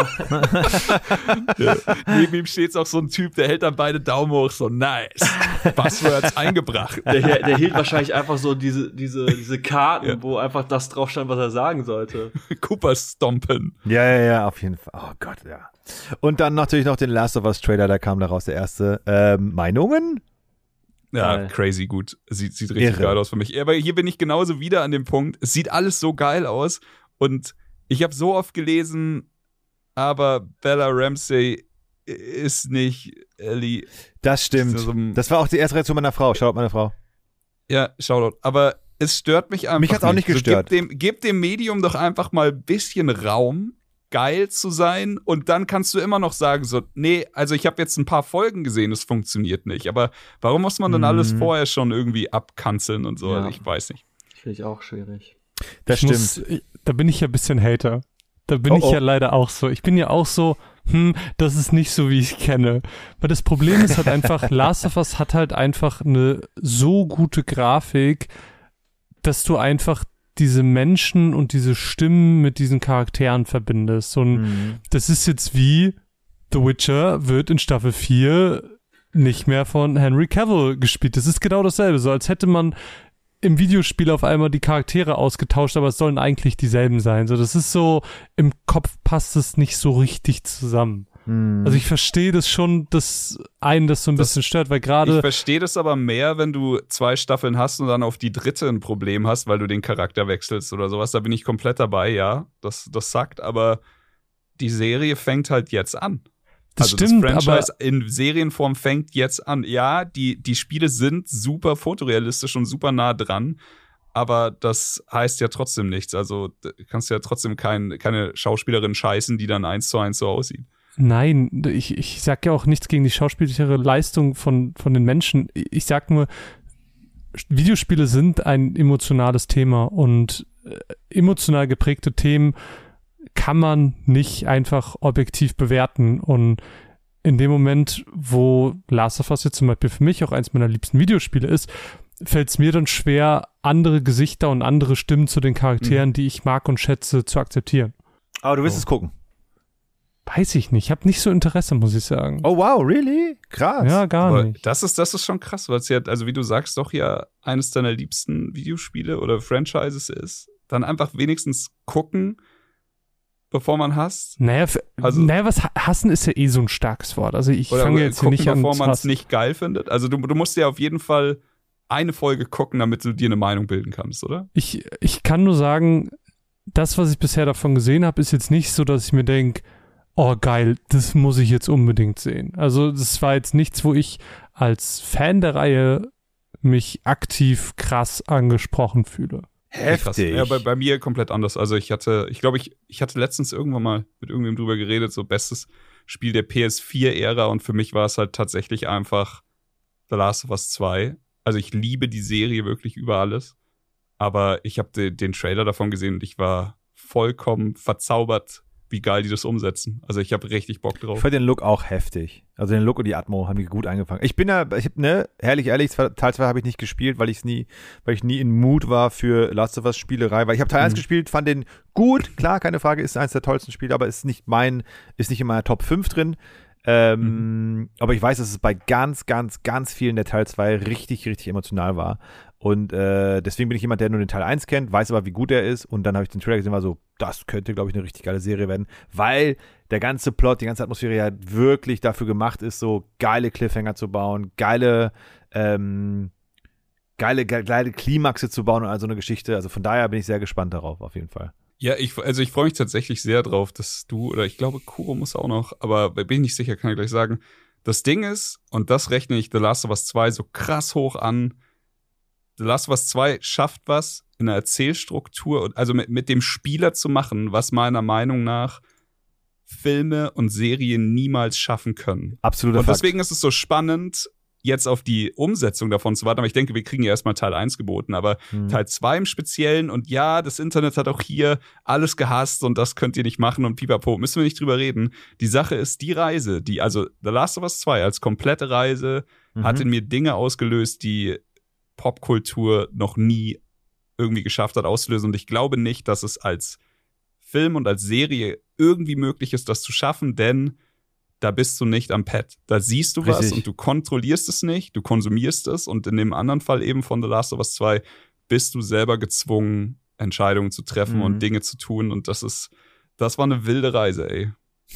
Neben ihm steht auch so ein Typ, der hält dann beide Daumen hoch, so nice. Buzzwords eingebracht. Der hielt wahrscheinlich einfach so diese Karten, wo einfach das drauf stand, was er sagen sollte. Cooper stompen. Ja, auf jeden Fall. Oh Gott, ja. Und dann natürlich noch den Last of Us Trailer, da kam daraus der erste. Meinungen? Ja, Geil. crazy gut. Sieht richtig geil aus für mich. Aber hier bin ich genauso wieder an dem Punkt. Es sieht alles so geil aus. Und ich habe so oft gelesen, aber Bella Ramsey ist nicht Ellie. Das stimmt. Das war auch die erste Reaktion meiner Frau. Shoutout meine Frau. Ja, Shoutout. Aber es stört mich einfach. Mich hat's auch nicht gestört. So, gib dem Medium doch einfach mal ein bisschen Raum, geil zu sein. Und dann kannst du immer noch sagen, so, nee, also ich habe jetzt ein paar Folgen gesehen, es funktioniert nicht. Aber warum muss man dann alles vorher schon irgendwie abkanzeln und so? Ja. Also ich weiß nicht. Finde ich auch schwierig. Das stimmt. Da bin ich ja ein bisschen Hater. Da bin ich ja leider auch so. Ich bin ja auch so, das ist nicht so, wie ich kenne. Weil das Problem ist halt einfach, Last of Us hat halt einfach eine so gute Grafik, dass du einfach diese Menschen und diese Stimmen mit diesen Charakteren verbindest. Und das ist jetzt wie The Witcher wird in Staffel 4 nicht mehr von Henry Cavill gespielt. Das ist genau dasselbe. So als hätte man im Videospiel auf einmal die Charaktere ausgetauscht, aber es sollen eigentlich dieselben sein. So, das ist so, im Kopf passt es nicht so richtig zusammen. Also ich verstehe das schon, dass einen das so ein bisschen stört, weil gerade... Ich verstehe das aber mehr, wenn du 2 Staffeln hast und dann auf die dritte ein Problem hast, weil du den Charakter wechselst oder sowas. Da bin ich komplett dabei, ja. Das sagt, aber die Serie fängt halt jetzt an. Das also stimmt, das Franchise aber in Serienform fängt jetzt an. Ja, die Spiele sind super fotorealistisch und super nah dran, aber das heißt ja trotzdem nichts. Also du kannst ja trotzdem keine Schauspielerin scheißen, die dann 1:1 so aussieht. Nein, ich sag ja auch nichts gegen die schauspielerische Leistung von den Menschen. Ich sag nur, Videospiele sind ein emotionales Thema und emotional geprägte Themen kann man nicht einfach objektiv bewerten. Und in dem Moment, wo Last of Us jetzt zum Beispiel für mich auch eins meiner liebsten Videospiele ist, fällt es mir dann schwer, andere Gesichter und andere Stimmen zu den Charakteren, die ich mag und schätze, zu akzeptieren. Aber du willst es gucken. Weiß ich nicht. Ich habe nicht so Interesse, muss ich sagen. Oh wow, really? Krass. Ja, gar Aber nicht. das ist schon krass, weil es ja, also wie du sagst, doch ja eines deiner liebsten Videospiele oder Franchises ist. Dann einfach wenigstens gucken, bevor man hasst. Naja, was hassen ist ja eh so ein starkes Wort. Also ich fange jetzt hier nicht an. Bevor man es nicht geil findet. Also du musst ja auf jeden Fall eine Folge gucken, damit du dir eine Meinung bilden kannst, oder? Ich kann nur sagen, das, was ich bisher davon gesehen habe, ist jetzt nicht so, dass ich mir denke, oh geil, das muss ich jetzt unbedingt sehen. Also das war jetzt nichts, wo ich als Fan der Reihe mich aktiv krass angesprochen fühle. Heftig. Ja, bei mir komplett anders. Also ich glaube, ich hatte letztens irgendwann mal mit irgendwem drüber geredet, so bestes Spiel der PS4-Ära und für mich war es halt tatsächlich einfach The Last of Us 2. Also ich liebe die Serie wirklich über alles, aber ich habe den Trailer davon gesehen und ich war vollkommen verzaubert, wie geil die das umsetzen. Also ich habe richtig Bock drauf. Ich fand den Look auch heftig. Also den Look und die Atmo haben die gut angefangen. Ehrlich, Teil 2 habe ich nicht gespielt, weil ich nie in Mut war für Last of Us Spielerei, weil ich habe Teil 1 gespielt, fand den gut, klar, keine Frage, ist eins der tollsten Spiele, aber ist nicht in meiner Top 5 drin. Aber ich weiß, dass es bei ganz, ganz, ganz vielen der Teil 2 richtig, richtig emotional war. Und deswegen bin ich jemand, der nur den Teil 1 kennt, weiß aber, wie gut er ist. Und dann habe ich den Trailer gesehen, war so, das könnte, glaube ich, eine richtig geile Serie werden. Weil der ganze Plot, die ganze Atmosphäre ja wirklich dafür gemacht ist, so geile Cliffhanger zu bauen, geile geile Klimaxe zu bauen und all so eine Geschichte. Also von daher bin ich sehr gespannt darauf, auf jeden Fall. Ja, ich freue mich tatsächlich sehr drauf, dass du, oder ich glaube, Kuro muss auch noch, aber bin ich nicht sicher, kann ich gleich sagen. Das Ding ist, und das rechne ich The Last of Us 2 so krass hoch an, The Last of Us 2 schafft was in der Erzählstruktur, also mit dem Spieler zu machen, was meiner Meinung nach Filme und Serien niemals schaffen können. Absoluter Und Fakt. deswegen ist es so spannend, jetzt auf die Umsetzung davon zu warten. Aber ich denke, wir kriegen ja erstmal Teil 1 geboten, aber Teil 2 im Speziellen. Und ja, das Internet hat auch hier alles gehasst und das könnt ihr nicht machen und pipapo. Müssen wir nicht drüber reden. Die Sache ist, die Reise, also The Last of Us 2 als komplette Reise hat in mir Dinge ausgelöst, die Popkultur noch nie irgendwie geschafft hat auszulösen. Und ich glaube nicht, dass es als Film und als Serie irgendwie möglich ist, das zu schaffen, denn da bist du nicht am Pad. Da siehst du was Richtig. und du kontrollierst es nicht, du konsumierst es und in dem anderen Fall eben von The Last of Us 2 bist du selber gezwungen, Entscheidungen zu treffen und Dinge zu tun und das war eine wilde Reise, ey.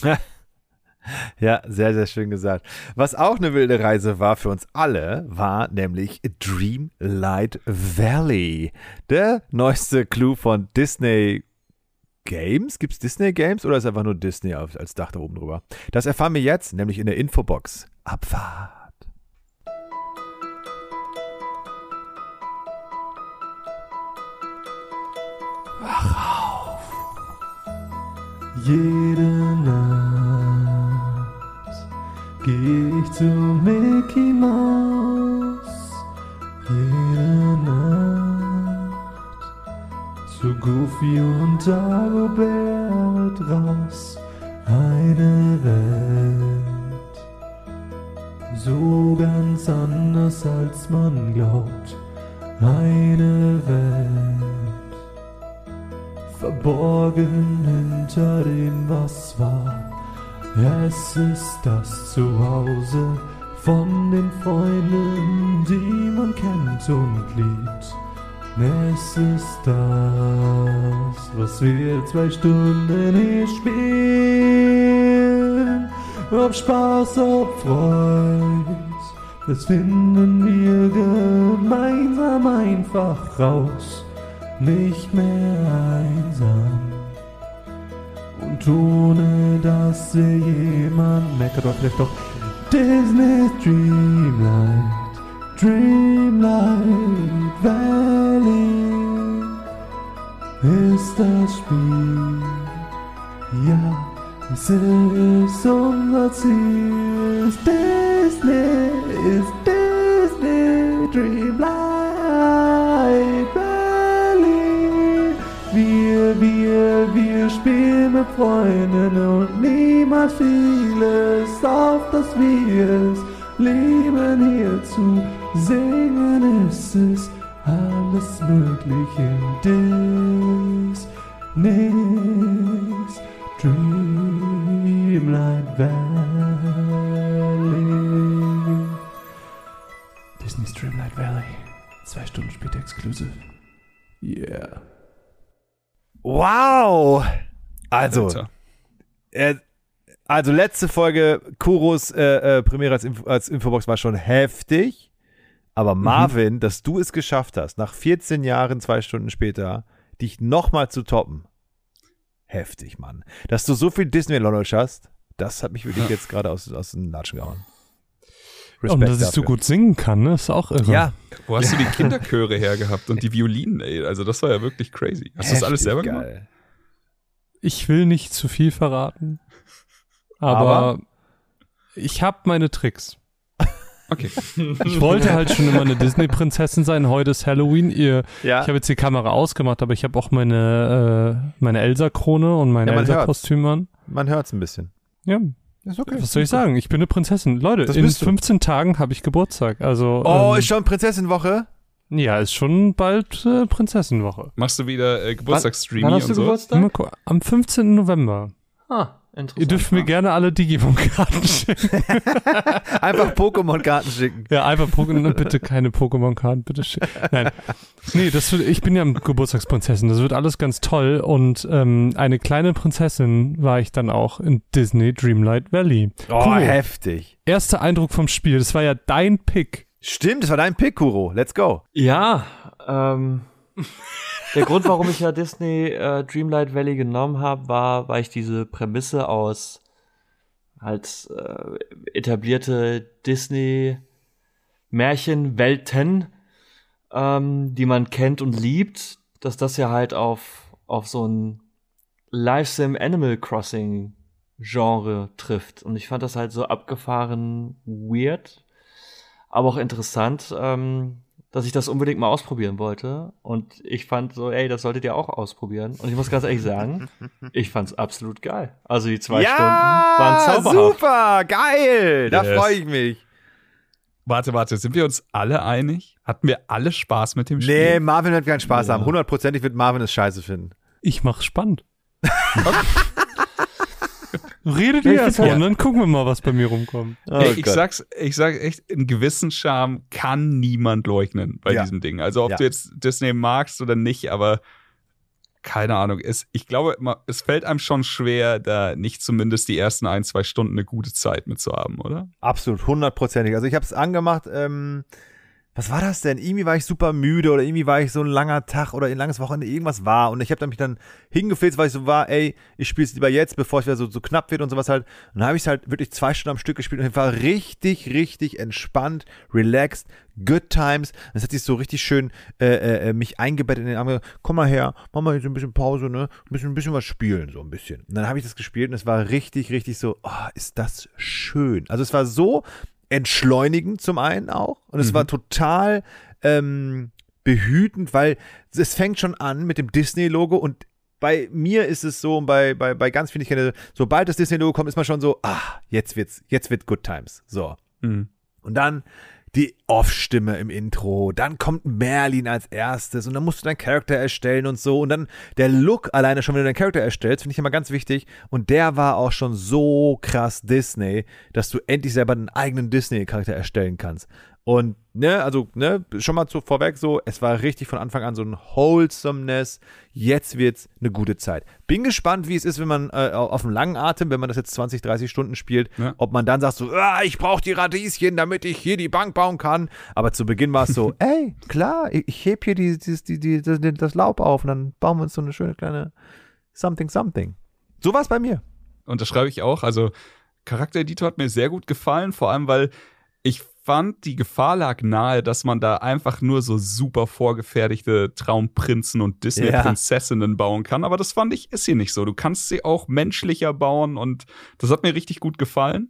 Ja, sehr, sehr schön gesagt. Was auch eine wilde Reise war für uns alle, war nämlich Dreamlight Valley. Der neueste Clou von Disney Games? Gibt's Disney Games oder ist einfach nur Disney als Dach da oben drüber? Das erfahren wir jetzt, nämlich in der Infobox. Abfahrt. Wach auf. Jede Nacht geh ich zu Mickey Mouse. Jede Nacht zu Goofy und Dagobert raus. Eine Welt, so ganz anders als man glaubt. Eine Welt, verborgen hinter dem, was war. Es ist das Zuhause von den Freunden, die man kennt und liebt. Es ist das, was wir 2 Stunden hier spielen. Ob Spaß, ob Freud, das finden wir gemeinsam einfach raus. Nicht mehr einsam und ohne dass jemand meckert, oder vielleicht doch. Disney's Dreamlight Valley ist das Spiel. Ja, es ist unser Ziel. Disney Dreamlight Valley. Wir spielen mit Freunden und niemals vieles, auf dass wir es lieben, hier zu singen. Ist es alles möglich in Disney's Dreamlight Valley. Disney's Dreamlight Valley. 2 Stunden später exclusive. Yeah. Wow! Also, Alter. also letzte Folge, Kuros Premiere als Infobox war schon heftig. Aber Marvin, dass du es geschafft hast, nach 14 Jahren, 2 Stunden später, dich nochmal zu toppen. Heftig, Mann. Dass du so viel Disney-Knowledge hast, das hat mich wirklich jetzt gerade aus den Latschen gehauen. Und dass ich so gut singen kann, ne? Ist auch irre. Ja. Wo hast du die Kinderchöre hergehabt und die Violinen, ey? Also das war ja wirklich crazy. Hast du das alles selber gemacht? Geil. Ich will nicht zu viel verraten, aber ich habe meine Tricks. Okay. Ich wollte halt schon immer eine Disney-Prinzessin sein. Heute ist Halloween. Ja. Ich habe jetzt die Kamera ausgemacht, aber ich habe auch meine Elsa-Krone und mein Ja, Elsa-Kostüm an. Man hört es ein bisschen. Ja, Ist okay. was soll ich sagen? Ich bin eine Prinzessin. Leute, Das in bist du. 15 Tagen habe ich Geburtstag. Also, Ist schon Prinzessinwoche? ja, ist schon bald Prinzessenwoche. Machst du wieder Geburtstagsstreamy Wann hast du und so? Geburtstag? Am 15. November. Ah, interessant. Ihr dürft mir gerne alle Digimon-Karten schicken. Einfach Pokémon-Karten schicken. Ja, einfach Pokémon, bitte keine Pokémon-Karten, bitte schicken. Nein. Nee, ich bin ja Geburtstagsprinzessin, das wird alles ganz toll und eine kleine Prinzessin war ich dann auch in Disney Dreamlight Valley. Oh, Cool. heftig. Erster Eindruck vom Spiel, das war ja dein Pick. Stimmt, das war dein Pick, Kuro. Let's go. Ja, der Grund, warum ich ja Disney Dreamlight Valley genommen habe, war, weil ich diese Prämisse aus halt etablierte Disney-Märchenwelten, die man kennt und liebt, dass das ja halt auf so ein Live-Sim Animal Crossing Genre trifft. Und ich fand das halt so abgefahren weird, aber auch interessant, dass ich das unbedingt mal ausprobieren wollte. Und ich fand so, ey, das solltet ihr auch ausprobieren. Und ich muss ganz ehrlich sagen, ich fand's absolut geil. Also die 2 Stunden waren zauberhaft. Super, geil. Da freue ich mich. Warte, sind wir uns alle einig? Hatten wir alle Spaß mit dem Spiel? Nee, Marvin wird keinen Spaß haben. 100%ig wird Marvin es scheiße finden. Ich mach's spannend. Redet ihr erstmal und dann gucken wir mal, was bei mir rumkommt. Ey, ich sag echt, einen gewissen Charme kann niemand leugnen bei diesem Ding. Also ob du jetzt Disney magst oder nicht, aber keine Ahnung. Ich glaube, es fällt einem schon schwer, da nicht zumindest die ersten 1-2 Stunden eine gute Zeit mit zu haben, oder? Absolut, 100%ig. Also ich habe es angemacht, was war das denn? Irgendwie war ich super müde oder irgendwie war ich so ein langer Tag oder ein langes Wochenende, irgendwas war. Und ich habe mich dann hingefilzt, weil ich so war, ey, ich spiele es lieber jetzt, bevor es wieder so knapp wird und sowas halt. Und dann habe ich es halt wirklich 2 Stunden am Stück gespielt und ich war richtig, richtig entspannt, relaxed, good times. Das hat sich so richtig schön mich eingebettet in den Arm. Komm mal her, mach mal jetzt ein bisschen Pause, ne? Ein bisschen was spielen, so ein bisschen. Und dann habe ich das gespielt und es war richtig, richtig so, ist das schön. Also es war so entschleunigend zum einen auch und es war total behütend, weil es fängt schon an mit dem Disney-Logo und bei mir ist es so und bei ganz vielen ich kenne, sobald das Disney-Logo kommt, ist man schon so, jetzt wird Good Times. So. Und dann die Off-Stimme im Intro, dann kommt Merlin als erstes und dann musst du deinen Charakter erstellen und so und dann der Look alleine schon, wenn du deinen Charakter erstellst, finde ich immer ganz wichtig und der war auch schon so krass Disney, dass du endlich selber einen eigenen Disney-Charakter erstellen kannst. Und, schon mal vorweg so, es war richtig von Anfang an so ein Wholesomeness, jetzt wird's eine gute Zeit. Bin gespannt, wie es ist, wenn man auf dem langen Atem, wenn man das jetzt 20, 30 Stunden spielt, ob man dann sagt so, ich brauche die Radieschen, damit ich hier die Bank bauen kann. Aber zu Beginn war es so, ey, klar, ich heb hier das Laub auf und dann bauen wir uns so eine schöne kleine Something. So war es bei mir. Und das schreibe ich auch, also Charaktereditor hat mir sehr gut gefallen, vor allem, weil ich fand, die Gefahr lag nahe, dass man da einfach nur so super vorgefertigte Traumprinzen und Disney-Prinzessinnen bauen kann. Aber das fand ich, ist hier nicht so. Du kannst sie auch menschlicher bauen und das hat mir richtig gut gefallen.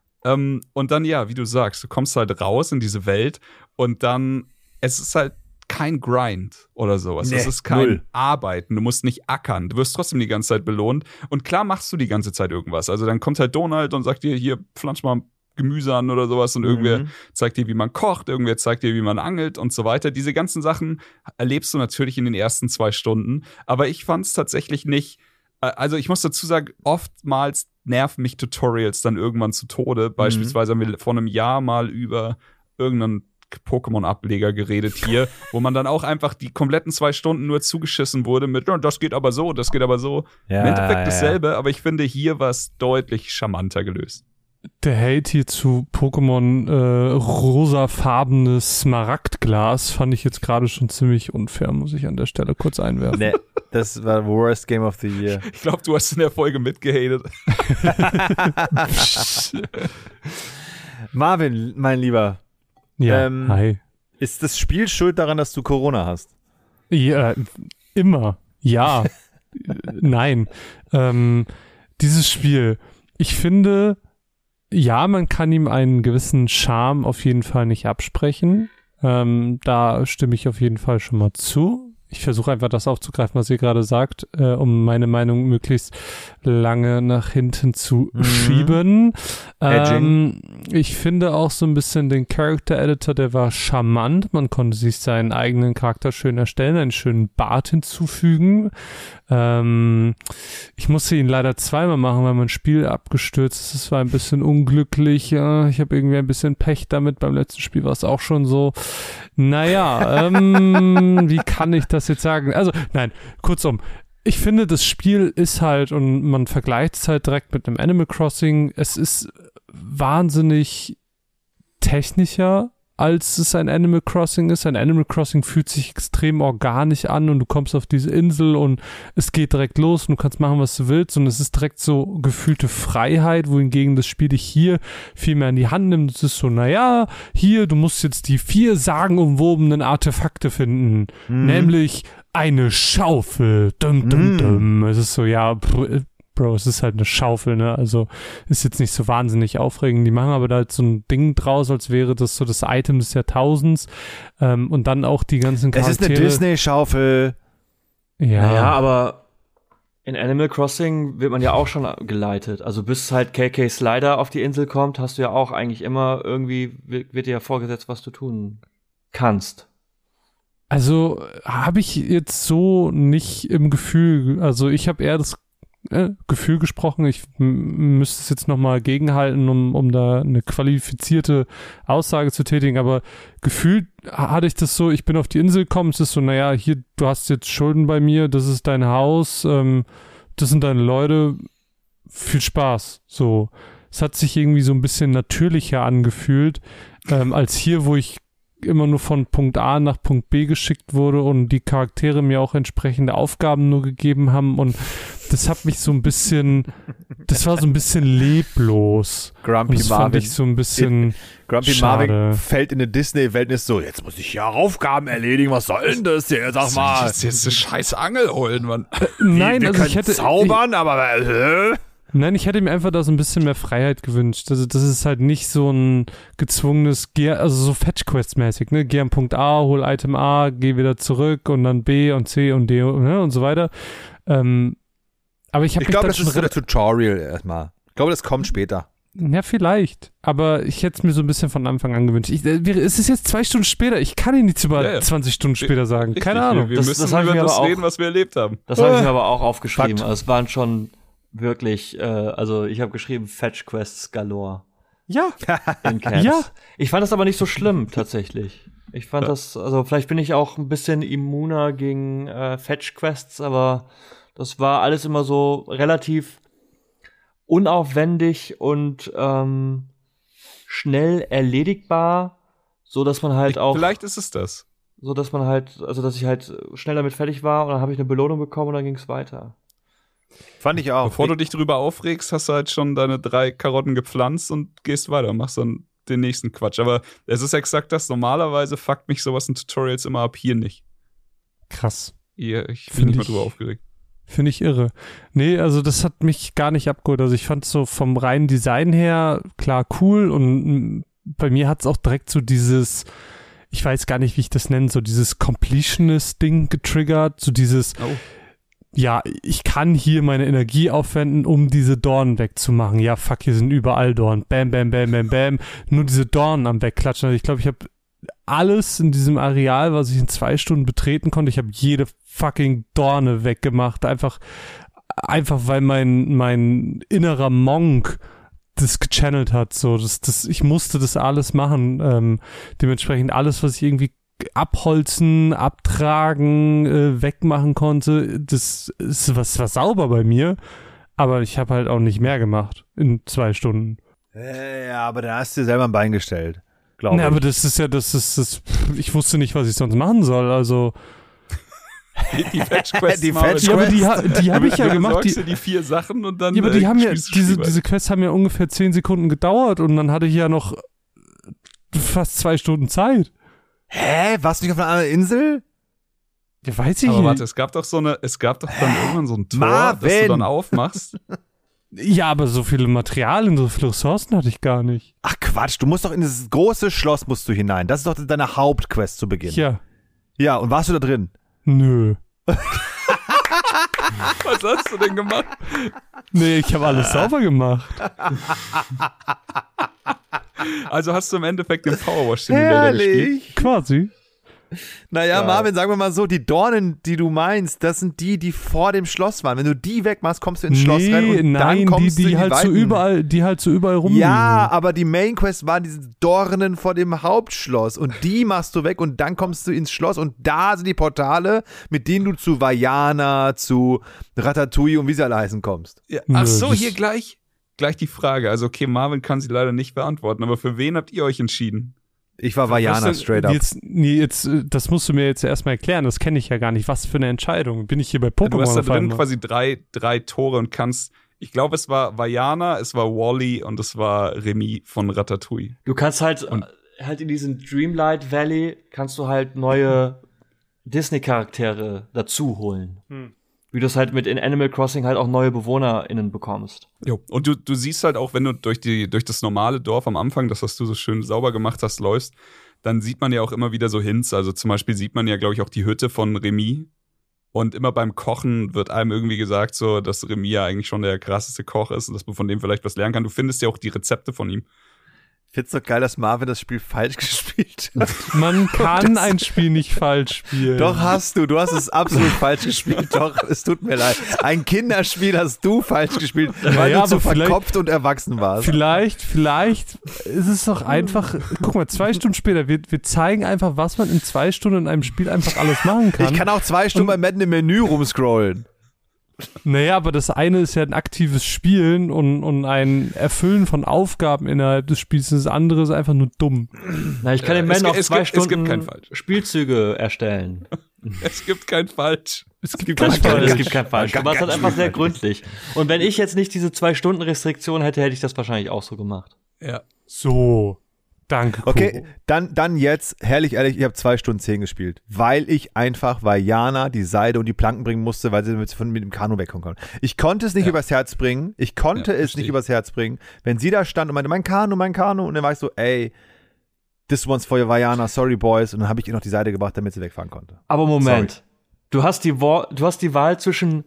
Und dann, wie du sagst, du kommst halt raus in diese Welt und dann, es ist halt kein Grind oder sowas. Es ist kein Arbeiten. Du musst nicht ackern. Du wirst trotzdem die ganze Zeit belohnt. Und klar machst du die ganze Zeit irgendwas. Also dann kommt halt Donald und sagt dir, hier, pflanz mal Gemüse an oder sowas und irgendwer zeigt dir, wie man kocht, irgendwer zeigt dir, wie man angelt und so weiter. Diese ganzen Sachen erlebst du natürlich in den ersten 2 Stunden, aber ich fand es tatsächlich nicht, also ich muss dazu sagen, oftmals nerven mich Tutorials dann irgendwann zu Tode. Beispielsweise haben wir vor einem Jahr mal über irgendeinen Pokémon-Ableger geredet hier, wo man dann auch einfach die kompletten 2 Stunden nur zugeschissen wurde mit, das geht aber so, das geht aber so. Ja, im Endeffekt dasselbe, aber ich finde, hier war es deutlich charmanter gelöst. Der Hate hier zu Pokémon rosafarbenes Smaragdglas fand ich jetzt gerade schon ziemlich unfair, muss ich an der Stelle kurz einwerfen. Nee, das war Worst Game of the Year. Ich glaube, du hast in der Folge mitgehatet. Marvin, mein Lieber. Ja, hi. Ist das Spiel schuld daran, dass du Corona hast? Ja, immer. Ja. Nein. Dieses Spiel, ich finde, ja, man kann ihm einen gewissen Charme auf jeden Fall nicht absprechen. Da stimme ich auf jeden Fall schon mal zu. Ich versuche einfach das aufzugreifen, was ihr gerade sagt, um meine Meinung möglichst lange nach hinten zu schieben. Ich finde auch so ein bisschen den Character Editor, der war charmant. Man konnte sich seinen eigenen Charakter schön erstellen, einen schönen Bart hinzufügen. Ich musste ihn leider 2-mal machen, weil mein Spiel abgestürzt ist. Es war ein bisschen unglücklich. Ich habe irgendwie ein bisschen Pech damit. Beim letzten Spiel war es auch schon so. Naja, wie kann ich das jetzt sagen? Also, nein, kurzum. Ich finde, das Spiel ist halt, und man vergleicht es halt direkt mit einem Animal Crossing, es ist wahnsinnig technischer als es ein Animal Crossing ist. Ein Animal Crossing fühlt sich extrem organisch an und du kommst auf diese Insel und es geht direkt los und du kannst machen, was du willst und es ist direkt so gefühlte Freiheit, wohingegen das Spiel dich hier viel mehr in die Hand nimmt. Es ist so, naja, hier, du musst jetzt die 4 sagenumwobenen Artefakte finden, nämlich eine Schaufel. Dum, dum, dum. Es ist so, ja, Bro, es ist halt eine Schaufel, ne? Also ist jetzt nicht so wahnsinnig aufregend. Die machen aber da halt so ein Ding draus, als wäre das so das Item des Jahrtausends. Und dann auch die ganzen Charaktere. Es ist eine Disney-Schaufel. Ja. Naja, aber in Animal Crossing wird man ja auch schon geleitet. Also bis halt KK Slider auf die Insel kommt, hast du ja auch eigentlich immer irgendwie, wird dir ja vorgesetzt, was du tun kannst. Also habe ich jetzt so nicht im Gefühl, also ich habe eher das Gefühl gesprochen, ich müsste es jetzt nochmal gegenhalten, um da eine qualifizierte Aussage zu tätigen, aber gefühlt hatte ich das so, ich bin auf die Insel gekommen, es ist so, naja, hier, du hast jetzt Schulden bei mir, das ist dein Haus, das sind deine Leute, viel Spaß, so. Es hat sich irgendwie so ein bisschen natürlicher angefühlt, als hier, wo ich immer nur von Punkt A nach Punkt B geschickt wurde und die Charaktere mir auch entsprechende Aufgaben nur gegeben haben und das hat mich so ein bisschen, das war so ein bisschen leblos. Grumpy und das fand ich so ein bisschen Grumpy schade. Marvin fällt in eine Disney-Welt und ist so, jetzt muss ich ja Aufgaben erledigen, was soll denn das hier? Sag mal. Jetzt eine scheiß Angel holen, Mann. Nein, wir also ich können hätte zaubern, aber Nein, ich hätte mir einfach da so ein bisschen mehr Freiheit gewünscht. Also das ist halt nicht so ein gezwungenes, also so Fetch-Quest-mäßig, ne? Geh an Punkt A, hol Item A, geh wieder zurück und dann B und C und D und so weiter. Aber ich glaube, das ist so ein Tutorial erstmal. Ich glaube, das kommt später. Ja, vielleicht. Aber ich hätte es mir so ein bisschen von Anfang an gewünscht. Es ist jetzt 2 Stunden später. Ich kann Ihnen nichts über 20 Stunden später sagen. Richtig, keine Ahnung. Wir müssen über das reden, was wir erlebt haben. Das habe ich mir aber auch aufgeschrieben. Fakt. Also es waren schon wirklich, also ich habe geschrieben Fetch Quests galore. Ja. In Camps. Ja. Ich fand das aber nicht so schlimm, tatsächlich. Ich fand das, also vielleicht bin ich auch ein bisschen immuner gegen Fetch Quests, aber das war alles immer so relativ unaufwendig und schnell erledigbar, so dass man halt auch, Vielleicht ist es das. so dass man halt, also dass ich halt schnell damit fertig war und dann habe ich eine Belohnung bekommen und dann ging es weiter. Fand ich auch. Bevor du dich drüber aufregst, hast du halt schon deine 3 Karotten gepflanzt und gehst weiter, machst dann den nächsten Quatsch. Aber es ist exakt das. Normalerweise fuckt mich sowas in Tutorials immer ab, hier nicht. Krass. Hier, ich bin Find nicht mehr ich- drüber aufgeregt. Finde ich irre. Nee, also das hat mich gar nicht abgeholt. Also ich fand so vom reinen Design her, klar, cool und bei mir hat es auch direkt so dieses, ich weiß gar nicht, wie ich das nenne, so dieses Completionist-Ding getriggert, so dieses, ja, ich kann hier meine Energie aufwenden, um diese Dornen wegzumachen. Ja, fuck, hier sind überall Dornen. Bam, bam, bam, bam, bam. Nur diese Dornen am Wegklatschen. Also ich glaube, ich habe alles in diesem Areal, was ich in 2 Stunden betreten konnte, ich habe jede fucking Dorne weggemacht. Einfach weil mein innerer Monk das gechannelt hat. So, ich musste das alles machen. Dementsprechend alles, was ich irgendwie abholzen, abtragen, wegmachen konnte, das ist was war sauber bei mir, aber ich habe halt auch nicht mehr gemacht in 2 Stunden. Ja, aber da hast du dir selber ein Bein gestellt, glaube ich. Ja, aber das ist ich wusste nicht, was ich sonst machen soll, also Die Fetch-Quests. Die Marvin. Fetch- ja, aber die habe ich ja Du gemacht, besorgst dir die 4 Sachen und dann ja, aber die haben ja, spielst du Spiel diese Quests haben ja ungefähr 10 Sekunden gedauert und dann hatte ich ja noch fast 2 Stunden Zeit. Hä? Warst du nicht auf einer anderen Insel? Ja, weiß ich Aber nicht. warte, es gab doch dann irgendwann so ein Tor, Marvin! das du dann aufmachst. Ja, aber so viele Materialien, so viele Ressourcen hatte ich gar nicht. Ach Quatsch, du musst doch in dieses große Schloss musst du hinein. Das ist doch deine Hauptquest zu Beginn. Ja, Ja, und warst du da drin? nö. Was hast du denn gemacht? Nee, ich habe alles sauber gemacht. Also hast du im Endeffekt den Powerwash Simulator gespielt. Quasi. Naja, Ja. Marvin, sagen wir mal so, die Dornen, die du meinst, das sind die vor dem Schloss waren. Wenn du die wegmachst, kommst du ins Schloss rein und dann nein, kommst du in die halt so Weiten. überall, die halt so überall rumliegen. Ja, aber die Main Quest waren diese Dornen vor dem Hauptschloss und die machst du weg und dann kommst du ins Schloss und da sind die Portale, mit denen du zu Vajana, zu Ratatouille und wie sie alle heißen kommst. Ja. Nö, Ach so, das- hier gleich die Frage. Also okay, Marvin kann sie leider nicht beantworten, aber für wen habt ihr euch entschieden? Ich war Vajana straight up. Das musst du mir jetzt erstmal erklären, das kenne ich ja gar nicht. Was für eine Entscheidung? Bin ich hier bei Pokémon? Du hast da drin einmal? quasi drei Tore und kannst, ich glaube, es war Vajana, es war Wally und es war Remy von Ratatouille. Du kannst halt in diesem Dreamlight Valley kannst du halt neue Disney-Charaktere dazu holen. Wie du es halt in Animal Crossing halt auch neue BewohnerInnen bekommst. Jo. Und du siehst halt auch, wenn du durch das normale Dorf am Anfang, das, was du so schön sauber gemacht hast, läufst, dann sieht man ja auch immer wieder so Hints. Also zum Beispiel sieht man ja, glaube ich, auch die Hütte von Remy. Und immer beim Kochen wird einem irgendwie gesagt, so, dass Remy ja eigentlich schon der krasseste Koch ist und dass man von dem vielleicht was lernen kann. Du findest ja auch die Rezepte von ihm. Ich find's doch geil, dass Marvin das Spiel falsch gespielt hat. Man kann ein Spiel nicht falsch spielen. Doch hast du. Du hast es absolut falsch gespielt. Doch, es tut mir leid. Ein Kinderspiel hast du falsch gespielt, weil du zu verkopft und erwachsen warst. Vielleicht ist es doch einfach, guck mal, 2 Stunden später, wir zeigen einfach, was man in 2 Stunden in einem Spiel einfach alles machen kann. Ich kann auch 2 Stunden bei Madden im Menü rumscrollen. Naja, aber das eine ist ja ein aktives Spielen und ein Erfüllen von Aufgaben innerhalb des Spiels. Das andere ist einfach nur dumm. Na, ich kann den Mann auf 2 Stunden es gibt kein Falsch. Spielzüge erstellen. Es gibt kein Falsch. Es gibt kein Falsch. Du machst halt einfach sehr gründlich. Und wenn ich jetzt nicht diese 2-Stunden-Restriktion hätte ich das wahrscheinlich auch so gemacht. Ja. So. Danke, Kuro. Okay, dann jetzt, herrlich ehrlich, ich habe 2 Stunden 10 gespielt, weil ich einfach Vajana die Seide und die Planken bringen musste, weil sie mit dem Kanu wegkommen konnten. Ich konnte es nicht übers Herz bringen, wenn sie da stand und meinte, mein Kanu, und dann war ich so, ey, this one's for your Vajana, sorry boys, und dann habe ich ihr noch die Seite gebracht, damit sie wegfahren konnte. Aber Moment, du hast die Wahl zwischen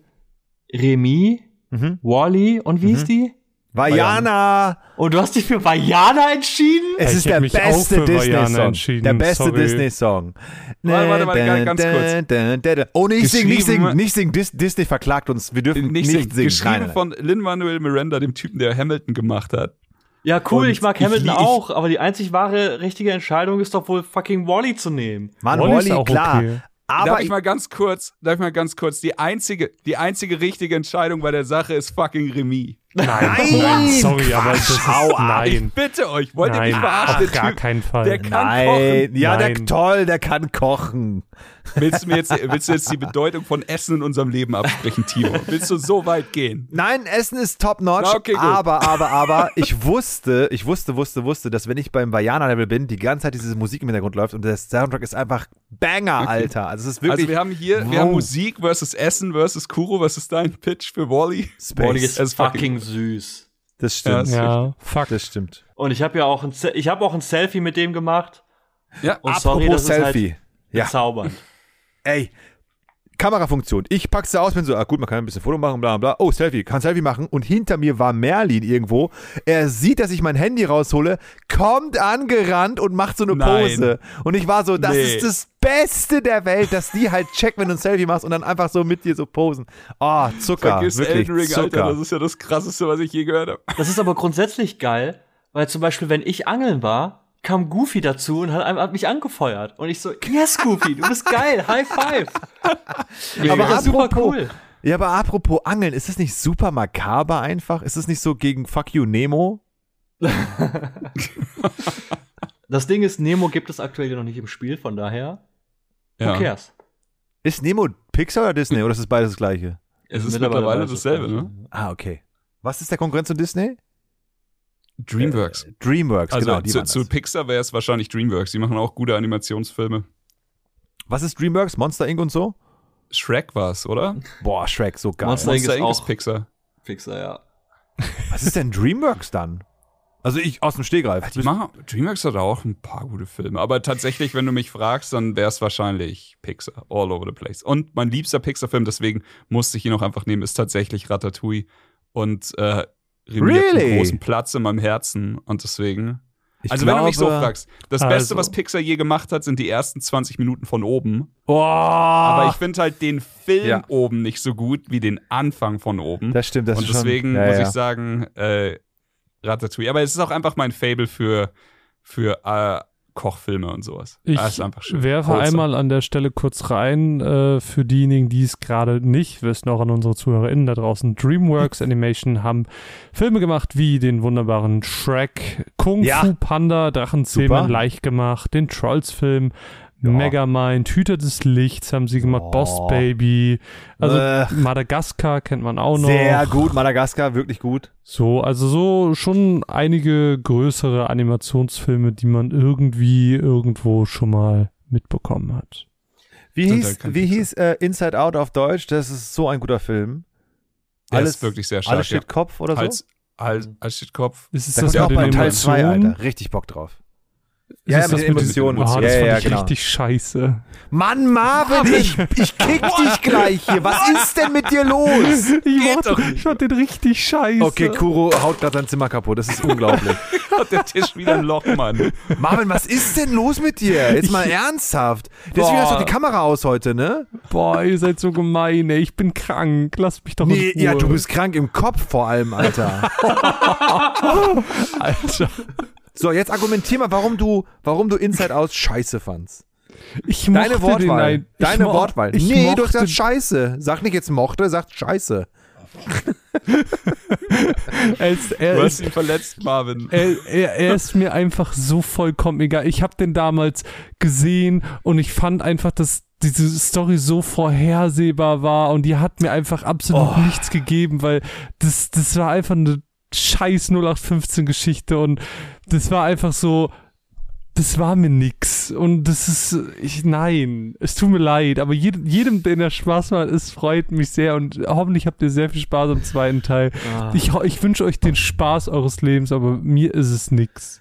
Remy, Wally und wie ist die? Vajana! Und du hast dich für Vajana entschieden? Es ist der beste Disney-Song. Der beste Disney-Song. Warte, ganz kurz. Oh, nicht singen. Disney verklagt uns. Wir dürfen nicht singen. Geschrieben von Lin-Manuel Miranda, dem Typen, der Hamilton gemacht hat. Ja, cool, ich mag Hamilton auch, aber die einzig wahre, richtige Entscheidung ist doch wohl fucking Wally zu nehmen. Mann, Wally, klar. Okay. Aber darf ich mal ganz kurz, die einzige richtige Entscheidung bei der Sache ist fucking Remy. Nein, sorry, aber nein. Ich bitte euch, wollt ihr mich verarschen? Auf gar keinen Fall. Der kann kochen. Ja, der kann kochen. Willst du jetzt die Bedeutung von Essen in unserem Leben absprechen, Timo? Willst du so weit gehen? Nein, Essen ist top-notch, okay, aber ich wusste, dass wenn ich beim Vajana-Level bin, die ganze Zeit diese Musik im Hintergrund läuft und der Soundtrack ist einfach Banger, okay. Alter. Also es ist wirklich. Also wir haben Musik versus Essen versus Kuro. Was ist dein Pitch für Wally? Wally ist fucking süß. Das stimmt. Ja, fuck. Das stimmt. Und ich habe ja auch ein Selfie mit dem gemacht. Ja, und apropos sorry, das Selfie. Ist halt bezaubernd. Ey, Kamerafunktion. Ich pack's da aus, bin so, gut, man kann ein bisschen Foto machen, bla bla. Oh, Selfie, kann Selfie machen. Und hinter mir war Merlin irgendwo. Er sieht, dass ich mein Handy raushole, kommt angerannt und macht so eine Pose. Und ich war so, das ist das Beste der Welt, dass die halt checkt, wenn du ein Selfie machst und dann einfach so mit dir so posen. Oh, Zucker, Vergiss wirklich Elden Ring, Zucker. Alter, das ist ja das Krasseste, was ich je gehört habe. Das ist aber grundsätzlich geil, weil zum Beispiel, wenn ich angeln war, kam Goofy dazu und hat mich angefeuert. Und ich so, yes, Goofy, du bist geil, High Five. Aber das ist super cool. Ja, aber apropos Angeln, ist das nicht super makaber einfach? Ist das nicht so gegen Fuck You Nemo? Das Ding ist, Nemo gibt es aktuell noch nicht im Spiel, von daher, who cares? Ist Nemo Pixar oder Disney oder ist es beides das gleiche? Es ist mittlerweile dasselbe, ne? Ah, okay. Was ist der Konkurrent zu Disney? Dreamworks. Dreamworks, also genau. zu Pixar wäre es wahrscheinlich Dreamworks. Die machen auch gute Animationsfilme. Was ist Dreamworks? Monster Inc. und so? Shrek war's, oder? Boah, Shrek, so geil. Monster Inc. ist Pixar. Pixar, ja. Was ist denn Dreamworks dann? Also ich aus dem Stegreif. Dreamworks hat auch ein paar gute Filme. Aber tatsächlich, wenn du mich fragst, dann wäre es wahrscheinlich Pixar. All over the place. Und mein liebster Pixar-Film, deswegen musste ich ihn auch einfach nehmen, ist tatsächlich Ratatouille. Und Remy hat einen großen Platz in meinem Herzen. Und deswegen. Wenn du mich so fragst, das Beste, was Pixar je gemacht hat, sind die ersten 20 Minuten von oben. Oh. Aber ich finde halt den Film oben nicht so gut wie den Anfang von oben. Das stimmt, das und ist schon. Und deswegen muss ich sagen, Ratatouille. Aber es ist auch einfach mein Fable für Kochfilme und sowas. Ich Das ist einfach schön. werfe Wholesome. einmal an der Stelle kurz rein, für diejenigen, die es gerade nicht wissen, auch an unsere ZuhörerInnen da draußen. DreamWorks Animation haben Filme gemacht wie den wunderbaren Shrek, Kung Fu Panda, Drachenzähmen Super. leicht gemacht, den Trolls-Film, Megamind, Hüter des Lichts haben sie gemacht, Boss Baby, also Madagaskar kennt man auch noch. Sehr gut, Madagaskar, wirklich gut. So, also so schon einige größere Animationsfilme, die man irgendwie irgendwo schon mal mitbekommen hat. Wie Sind hieß, da wie kein hieß Inside Out auf Deutsch? Das ist so ein guter Film. Der ist wirklich sehr stark. Alles steht Kopf oder so? Alles steht Kopf. Ist es Das das ist auch mit bei den Teil 2, Emotionen? Alter. Richtig Bock drauf. Ist Ja, es mit das den Emotionen. Ah, Ja, das fand ja, ich genau. richtig scheiße. Mann, Marvin, ich kick dich gleich hier. Was ist denn mit dir los? Ich fand den richtig scheiße. Okay, Kuro haut gerade sein Zimmer kaputt. Das ist unglaublich. Hat der Tisch wieder ein Loch, Mann. Marvin, was ist denn los mit dir? Jetzt mal ernsthaft. Deswegen hast du die Kamera aus heute, ne? Boah, ihr seid so gemein, ey. Ich bin krank. Lasst mich doch Nee, in Ruhe. ja, du bist krank im Kopf vor allem, Alter. Alter. So, jetzt argumentier mal, warum du Inside Out scheiße fandst. Ich Deine mochte den Wortwahl. ein- ich Deine mo- Wortwahl. ich Nee, du mochte- hast gesagt scheiße. Sag nicht jetzt mochte, sag scheiße. Du hast ihn verletzt, Marvin. Er ist mir einfach so vollkommen egal. Ich habe den damals gesehen und ich fand einfach, dass diese Story so vorhersehbar war und die hat mir einfach absolut nichts gegeben, weil das war einfach eine scheiß 0815 Geschichte und das war einfach so, das war mir nix und das ist, nein, es tut mir leid, aber jedem, den der Spaß macht, es freut mich sehr und hoffentlich habt ihr sehr viel Spaß am zweiten Teil. Ich wünsche euch den Spaß eures Lebens, aber mir ist es nix.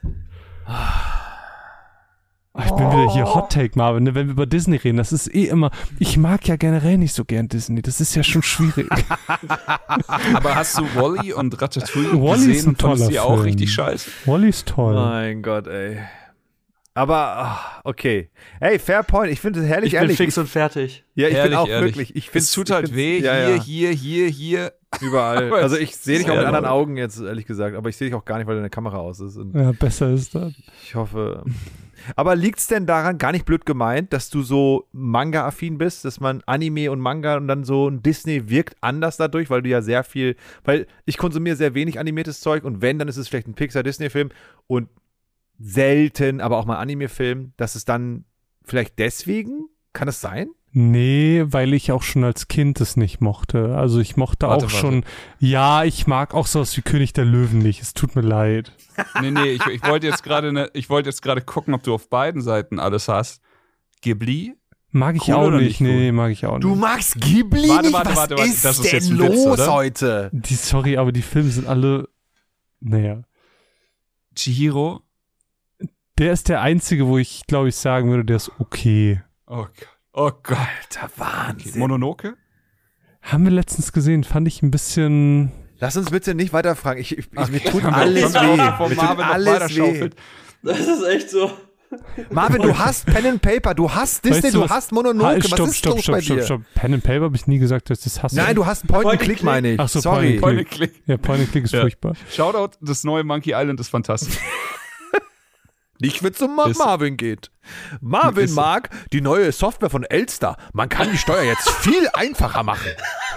Ich bin wieder hier Hot Take, Marvin, ne? Wenn wir über Disney reden, das ist immer, ich mag ja generell nicht so gern Disney, das ist ja schon schwierig. Aber hast du Wall-E und Ratatouille Wall-E ist gesehen ein und fandest toller die auch Film. richtig scheiße? Wall-E ist toll. Mein Gott, ey. Aber, okay. Hey, fair point. Ich finde es herrlich, Ich bin ehrlich. fix und fertig. Ja, ich bin Ehrlich, auch ehrlich. wirklich. Ich Es find's, tut ich halt find's- weh, ja, ja. hier. Überall. Aber Also es ich sehe dich ist auch mit ja anderen toll. Augen jetzt, ehrlich gesagt. Aber ich sehe dich auch gar nicht, weil deine Kamera aus ist. Und Ja, besser ist das. ich hoffe. Aber liegt's denn daran, gar nicht blöd gemeint, dass du so Manga-affin bist, dass man Anime und Manga und dann so ein Disney wirkt anders dadurch, weil du ja sehr viel, weil ich konsumiere sehr wenig animiertes Zeug und wenn, dann ist es vielleicht ein Pixar-Disney-Film und selten, aber auch mal Anime-Film, dass es dann vielleicht deswegen, kann es sein? Nee, weil ich auch schon als Kind es nicht mochte. Also ich mochte Warte. schon, ja, ich mag auch sowas wie König der Löwen nicht. Es tut mir leid. Nee, ich wollte jetzt gerade gucken, ob du auf beiden Seiten alles hast. Ghibli? Mag ich Cool auch oder nicht. nicht cool? Nee, mag ich auch Du nicht. magst Ghibli Warte, nicht? warte, Was warte, ist das ist denn jetzt ein Witz, los oder? heute? Sorry, aber die Filme sind alle, naja. Chihiro? Der ist der einzige, wo ich, glaube ich, sagen würde, der ist okay. Oh Gott. Oh Gott. Alter, Wahnsinn. Mononoke? Haben wir letztens gesehen, fand ich ein bisschen, Lass uns bitte nicht weiterfragen. Mir tut Komm, alles komm, weh. bevor Mir Marvin tut noch alles weh. weiterschaufelt. Das ist echt so. Marvin, du hast Pen and Paper, du hast Disney, Weißt du du was? hast Mononoke. Was ist los bei dir? Stopp. Pen and Paper habe ich nie gesagt, dass ich das hasse. Nein, du hast Point and Click, meine ich. Ach so, Sorry. Point and Point and Click. Ja, Point and Click ist Ja. furchtbar. Shoutout, das neue Monkey Island ist fantastisch. Nicht, wenn es um Ist- Marvin geht. Marvin Ist- mag die neue Software von Elster. Man kann die Steuer jetzt viel einfacher machen.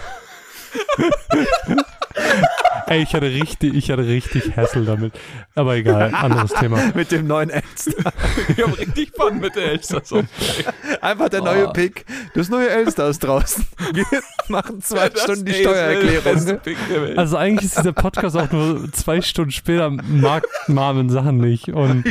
Ey, ich hatte richtig Hassel damit. Aber egal, anderes Thema. Mit dem neuen Elster. Ich hab richtig Fun mit der Elster. Einfach der neue Pick. Das neue Elster ist draußen. Wir machen 2 Stunden die Steuererklärung. Also eigentlich ist dieser Podcast auch nur 2 Stunden später, mag Marvin Sachen nicht. Und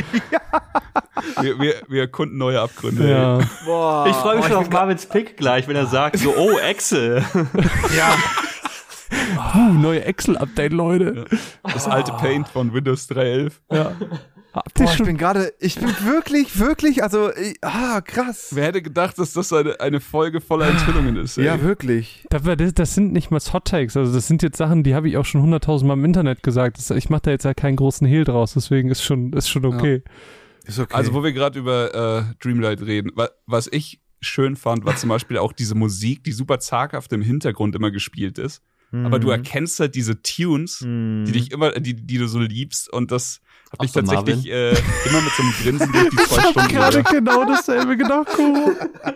Wir erkunden neue Abgründe. ja, Boah. Ich freue mich schon auf Marvins Pick gleich, wenn er sagt so, oh, Excel. Ja. neue Excel-Update, Leute. Das alte Paint von Windows 3.11. Ja. Habt ihr Boah, schon ich bin wirklich, also, krass. Wer hätte gedacht, dass das eine Folge voller Enthüllungen ist? Ey? Ja, wirklich. Das sind nicht mal Hot Takes, also das sind jetzt Sachen, die habe ich auch schon 100.000 Mal im Internet gesagt. Ich mache da jetzt ja keinen großen Hehl draus, deswegen ist schon okay. Ist okay. Also, wo wir gerade über Dreamlight reden, was ich schön fand, war zum Beispiel auch diese Musik, die super zaghaft im Hintergrund immer gespielt ist. aber du erkennst halt diese Tunes, die dich immer, die du so liebst, und das hat mich tatsächlich immer mit so einem Grinsen durch die 2 Stunden. Ich habe gerade genau dasselbe gedacht, Kuro.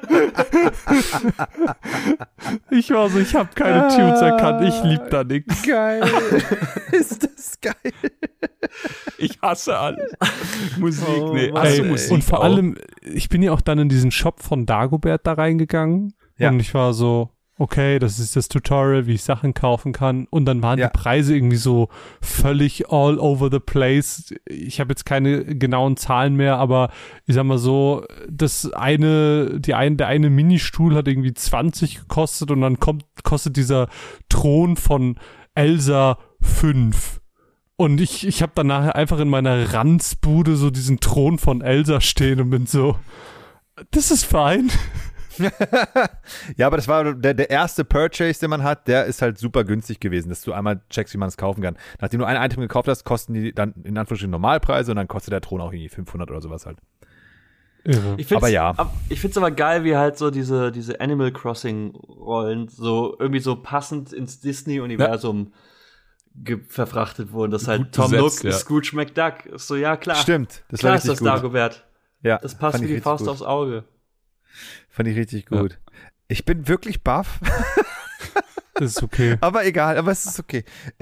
Ich war so, ich habe keine Tunes erkannt, ich lieb da nix. Geil. Ist das geil. Ich hasse alles. Musik, Ey, Musik und vor auch? allem, ich bin ja auch dann in diesen Shop von Dagobert da reingegangen und ich war so, okay, das ist das Tutorial, wie ich Sachen kaufen kann, und dann waren die Preise irgendwie so völlig all over the place. Ich habe jetzt keine genauen Zahlen mehr, aber ich sag mal so, der eine Ministuhl hat irgendwie 20 gekostet und dann kostet dieser Thron von Elsa 5. Und ich habe dann nachher einfach in meiner Ranzbude so diesen Thron von Elsa stehen und bin so, das ist fein. Ja, aber das war der erste Purchase, den man hat, der ist halt super günstig gewesen, dass du einmal checkst, wie man es kaufen kann. Nachdem du ein Item gekauft hast, kosten die dann in Anführungsstrichen Normalpreise und dann kostet der Thron auch irgendwie 500 oder sowas halt. Irre. Ich find's aber geil, wie halt so diese Animal Crossing Rollen so irgendwie so passend ins Disney-Universum verfrachtet wurden. Das halt Tom Nook, Scrooge McDuck. Ist so, ja klar. Stimmt. Das klar war ist das gut. Dagobert. Ja, das passt wie die Faust aufs Auge. Fand ich richtig gut. Ja. Ich bin wirklich baff. Das ist okay. Aber egal, aber es ist okay.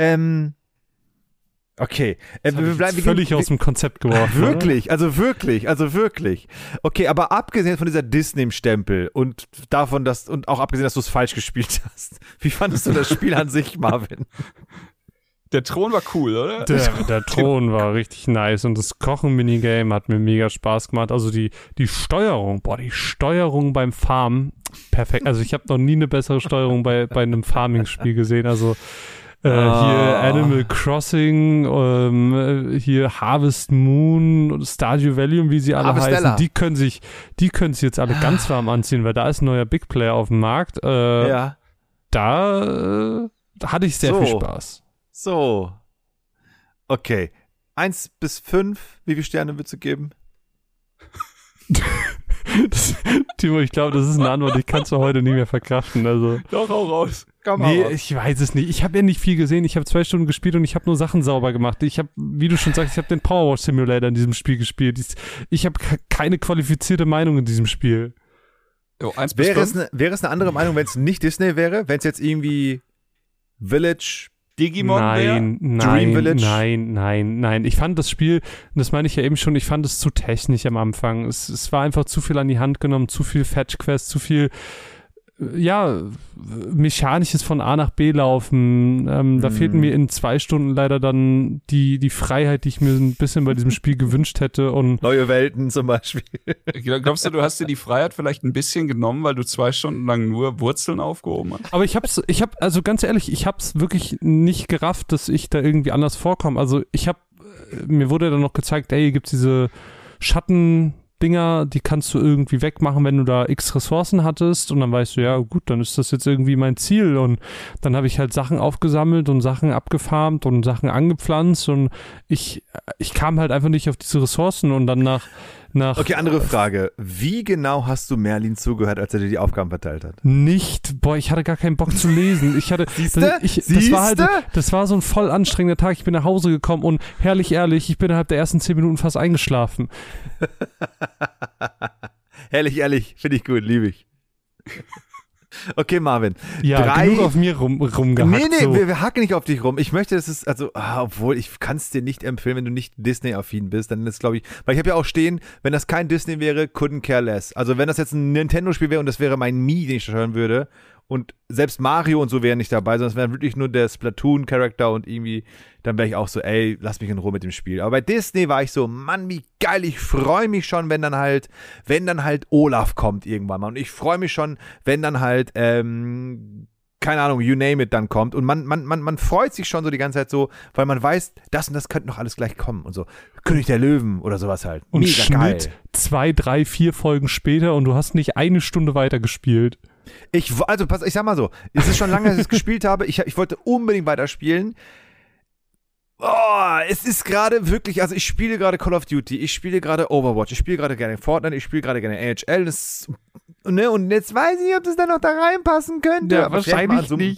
Okay. Wir bleiben völlig aus dem Konzept geworfen. Wirklich, also wirklich. Okay, aber abgesehen von dieser Disney-Stempel und davon, und auch abgesehen, dass du es falsch gespielt hast, wie fandest du das Spiel an sich, Marvin? Der Thron war cool, oder? Der Thron war richtig nice und das Kochen-Minigame hat mir mega Spaß gemacht. Also die Steuerung, die Steuerung beim Farmen, perfekt. Also ich habe noch nie eine bessere Steuerung bei einem Farming-Spiel gesehen. Also hier Animal Crossing, hier Harvest Moon und Stardew Valley und wie sie alle heißen, die können sich jetzt alle ganz warm anziehen, weil da ist ein neuer Big Player auf dem Markt. Da hatte ich sehr viel Spaß. So. Okay. 1 bis 5, wie viele Sterne würdest du geben? Timo, ich glaube, das ist eine Antwort, die kannst du heute nicht mehr verkraften. Also. Doch, hau raus. Nee, ich weiß es nicht. Ich habe ja nicht viel gesehen. Ich habe 2 Stunden gespielt und ich habe nur Sachen sauber gemacht. Ich habe, wie du schon sagst, ich habe den Power Wash Simulator in diesem Spiel gespielt. Ich habe keine qualifizierte Meinung in diesem Spiel. Oh, 1 bis 5? Wäre es eine andere Meinung, wenn es nicht Disney wäre? Wenn es jetzt irgendwie Village, Digimon Dream Village? Nein. Ich fand das Spiel, das meine ich ja eben schon, ich fand es zu technisch am Anfang. Es war einfach zu viel an die Hand genommen, zu viel Fetch-Quest, zu viel Mechanisches von A nach B laufen. Da fehlten mir in 2 Stunden leider dann die Freiheit, die ich mir ein bisschen bei diesem Spiel gewünscht hätte. Und neue Welten zum Beispiel. Glaubst du hast dir die Freiheit vielleicht ein bisschen genommen, weil du 2 Stunden lang nur Wurzeln aufgehoben hast? Aber also ganz ehrlich, ich hab's wirklich nicht gerafft, dass ich da irgendwie anders vorkomme. Also mir wurde dann noch gezeigt, hier gibt's diese Schatten Dinger, die kannst du irgendwie wegmachen, wenn du da x Ressourcen hattest, und dann weißt du, ja gut, dann ist das jetzt irgendwie mein Ziel, und dann habe ich halt Sachen aufgesammelt und Sachen abgefarmt und Sachen angepflanzt, und ich kam halt einfach nicht auf diese Ressourcen, und dann nach Okay, andere Frage. Wie genau hast du Merlin zugehört, als er dir die Aufgaben verteilt hat? Nicht. Ich hatte gar keinen Bock zu lesen. Das war so ein voll anstrengender Tag. Ich bin nach Hause gekommen und ehrlich, ich bin innerhalb der ersten 10 Minuten fast eingeschlafen. Ehrlich, finde ich gut, liebe ich. Okay, Marvin. Ja, genug auf mir rumgehackt. Nee, so. wir hacken nicht auf dich rum. Ich möchte, dass es, obwohl, ich kann es dir nicht empfehlen, wenn du nicht Disney-affin bist, dann ist, glaube ich, weil ich habe ja auch stehen, wenn das kein Disney wäre, couldn't care less. Also wenn das jetzt ein Nintendo-Spiel wäre und das wäre mein Mii, den ich steuern würde, und selbst Mario und so wären nicht dabei, sondern es wäre wirklich nur der Splatoon-Charakter, und irgendwie, dann wäre ich auch so, lass mich in Ruhe mit dem Spiel. Aber bei Disney war ich so, Mann, wie geil, ich freue mich schon, wenn dann halt Olaf kommt irgendwann mal. Und ich freue mich schon, wenn dann halt, keine Ahnung, you name it dann kommt. Und man freut sich schon so die ganze Zeit so, weil man weiß, das und das könnte noch alles gleich kommen. Und so, König der Löwen oder sowas halt. Und mega Schnitt geil. 2, 3, 4 Folgen später und du hast nicht 1 Stunde weiter gespielt. Ich sag mal so, es ist schon lange, dass ich es gespielt habe. Ich wollte unbedingt weiterspielen. Es ist gerade wirklich, also ich spiele gerade Call of Duty, ich spiele gerade Overwatch, ich spiele gerade gerne Fortnite, ich spiele gerade gerne NHL. Und jetzt weiß ich nicht, ob das dann noch da reinpassen könnte. Ja, wahrscheinlich nicht.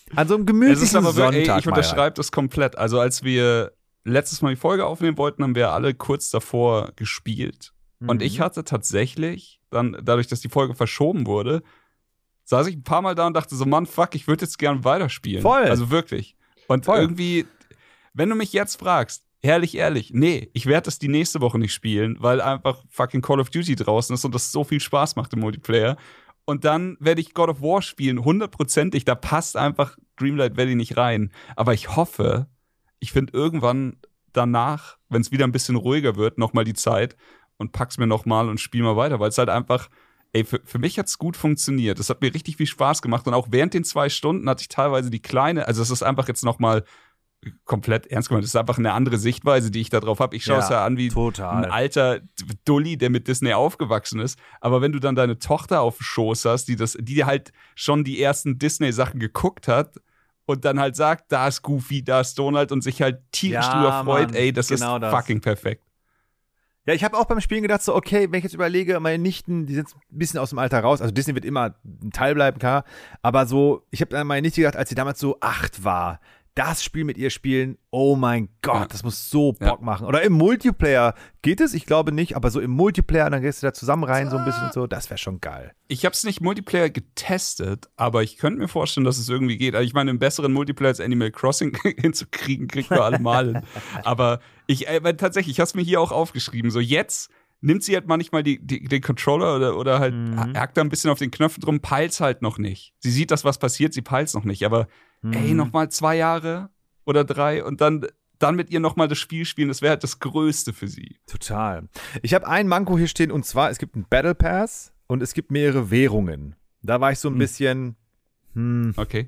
An so einem gemütlichen Es ist aber wirklich, Sonntag. ich unterschreibe das komplett. Also als wir letztes Mal die Folge aufnehmen wollten, haben wir alle kurz davor gespielt. Und ich hatte tatsächlich, dann dadurch, dass die Folge verschoben wurde, saß ich ein paar Mal da und dachte so, Mann, fuck, ich würde jetzt gern weiterspielen. Voll. Also wirklich. Und irgendwie, wenn du mich jetzt fragst, ehrlich, nee, ich werde das die nächste Woche nicht spielen, weil einfach fucking Call of Duty draußen ist und das so viel Spaß macht im Multiplayer. Und dann werde ich God of War spielen, 100%ig. Da passt einfach Dreamlight Valley nicht rein. Aber ich hoffe, ich finde irgendwann danach, wenn es wieder ein bisschen ruhiger wird, nochmal die Zeit und pack's mir nochmal und spiel mal weiter. Weil es halt einfach, für mich hat's gut funktioniert. Es hat mir richtig viel Spaß gemacht. Und auch während den 2 Stunden hatte ich teilweise die kleine, also es ist einfach jetzt nochmal komplett ernst gemeint. Das ist einfach eine andere Sichtweise, die ich da drauf habe. Ich schaue es ja an wie ein alter Dulli, der mit Disney aufgewachsen ist. Aber wenn du dann deine Tochter auf dem Schoß hast, die halt schon die ersten Disney-Sachen geguckt hat und dann halt sagt, da ist Goofy, da ist Donald und sich halt tierisch drüber freut, Mann, das genau ist fucking perfekt. Ja, ich habe auch beim Spielen gedacht, so, okay, wenn ich jetzt überlege, meine Nichten, die sind ein bisschen aus dem Alter raus, also Disney wird immer ein Teil bleiben, klar, aber so, ich habe an meine Nichte gedacht, als sie damals so 8 war, das Spiel mit ihr spielen, oh mein Gott, das muss so Bock machen. Oder im Multiplayer geht es, ich glaube nicht, aber so im Multiplayer, dann gehst du da zusammen rein, so ein bisschen und so, das wäre schon geil. Ich habe es nicht Multiplayer getestet, aber ich könnte mir vorstellen, dass es irgendwie geht. Also ich meine, einen besseren Multiplayer als Animal Crossing hinzukriegen, kriegt man alle mal hin. Aber tatsächlich, ich habe es mir hier auch aufgeschrieben, so jetzt nimmt sie halt manchmal den Controller oder halt hackt da ein bisschen auf den Knöpfen drum, peilt's halt noch nicht. Sie sieht, dass was passiert, sie peilt's noch nicht, aber nochmal 2 Jahre oder 3 und dann mit ihr nochmal das Spiel spielen, das wäre halt das Größte für sie. Total. Ich habe ein Manko hier stehen und zwar, es gibt einen Battle Pass und es gibt mehrere Währungen. Da war ich so ein bisschen, Okay.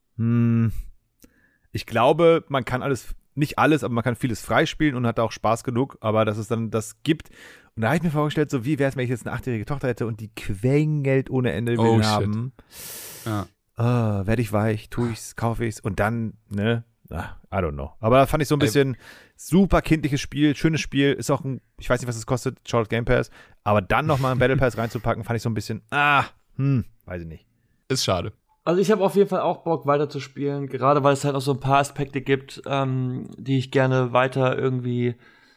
Ich glaube, man kann nicht alles, aber man kann vieles freispielen und hat auch Spaß genug, aber dass es dann das gibt. Und da habe ich mir vorgestellt, so wie wäre es, wenn ich jetzt eine 8-jährige Tochter hätte und die quengelt ohne Ende will haben. Ja. Werde ich weich, tue ich's, kaufe ich's und dann, ne? I don't know. Aber da fand ich so ein bisschen super kindliches Spiel, schönes Spiel, ist auch ich weiß nicht, was es kostet, Charlotte Game Pass, aber dann nochmal einen Battle Pass reinzupacken, fand ich so ein bisschen, weiß ich nicht. Ist schade. Also ich habe auf jeden Fall auch Bock, weiter zu spielen, gerade weil es halt auch so ein paar Aspekte gibt, die ich gerne weiter irgendwie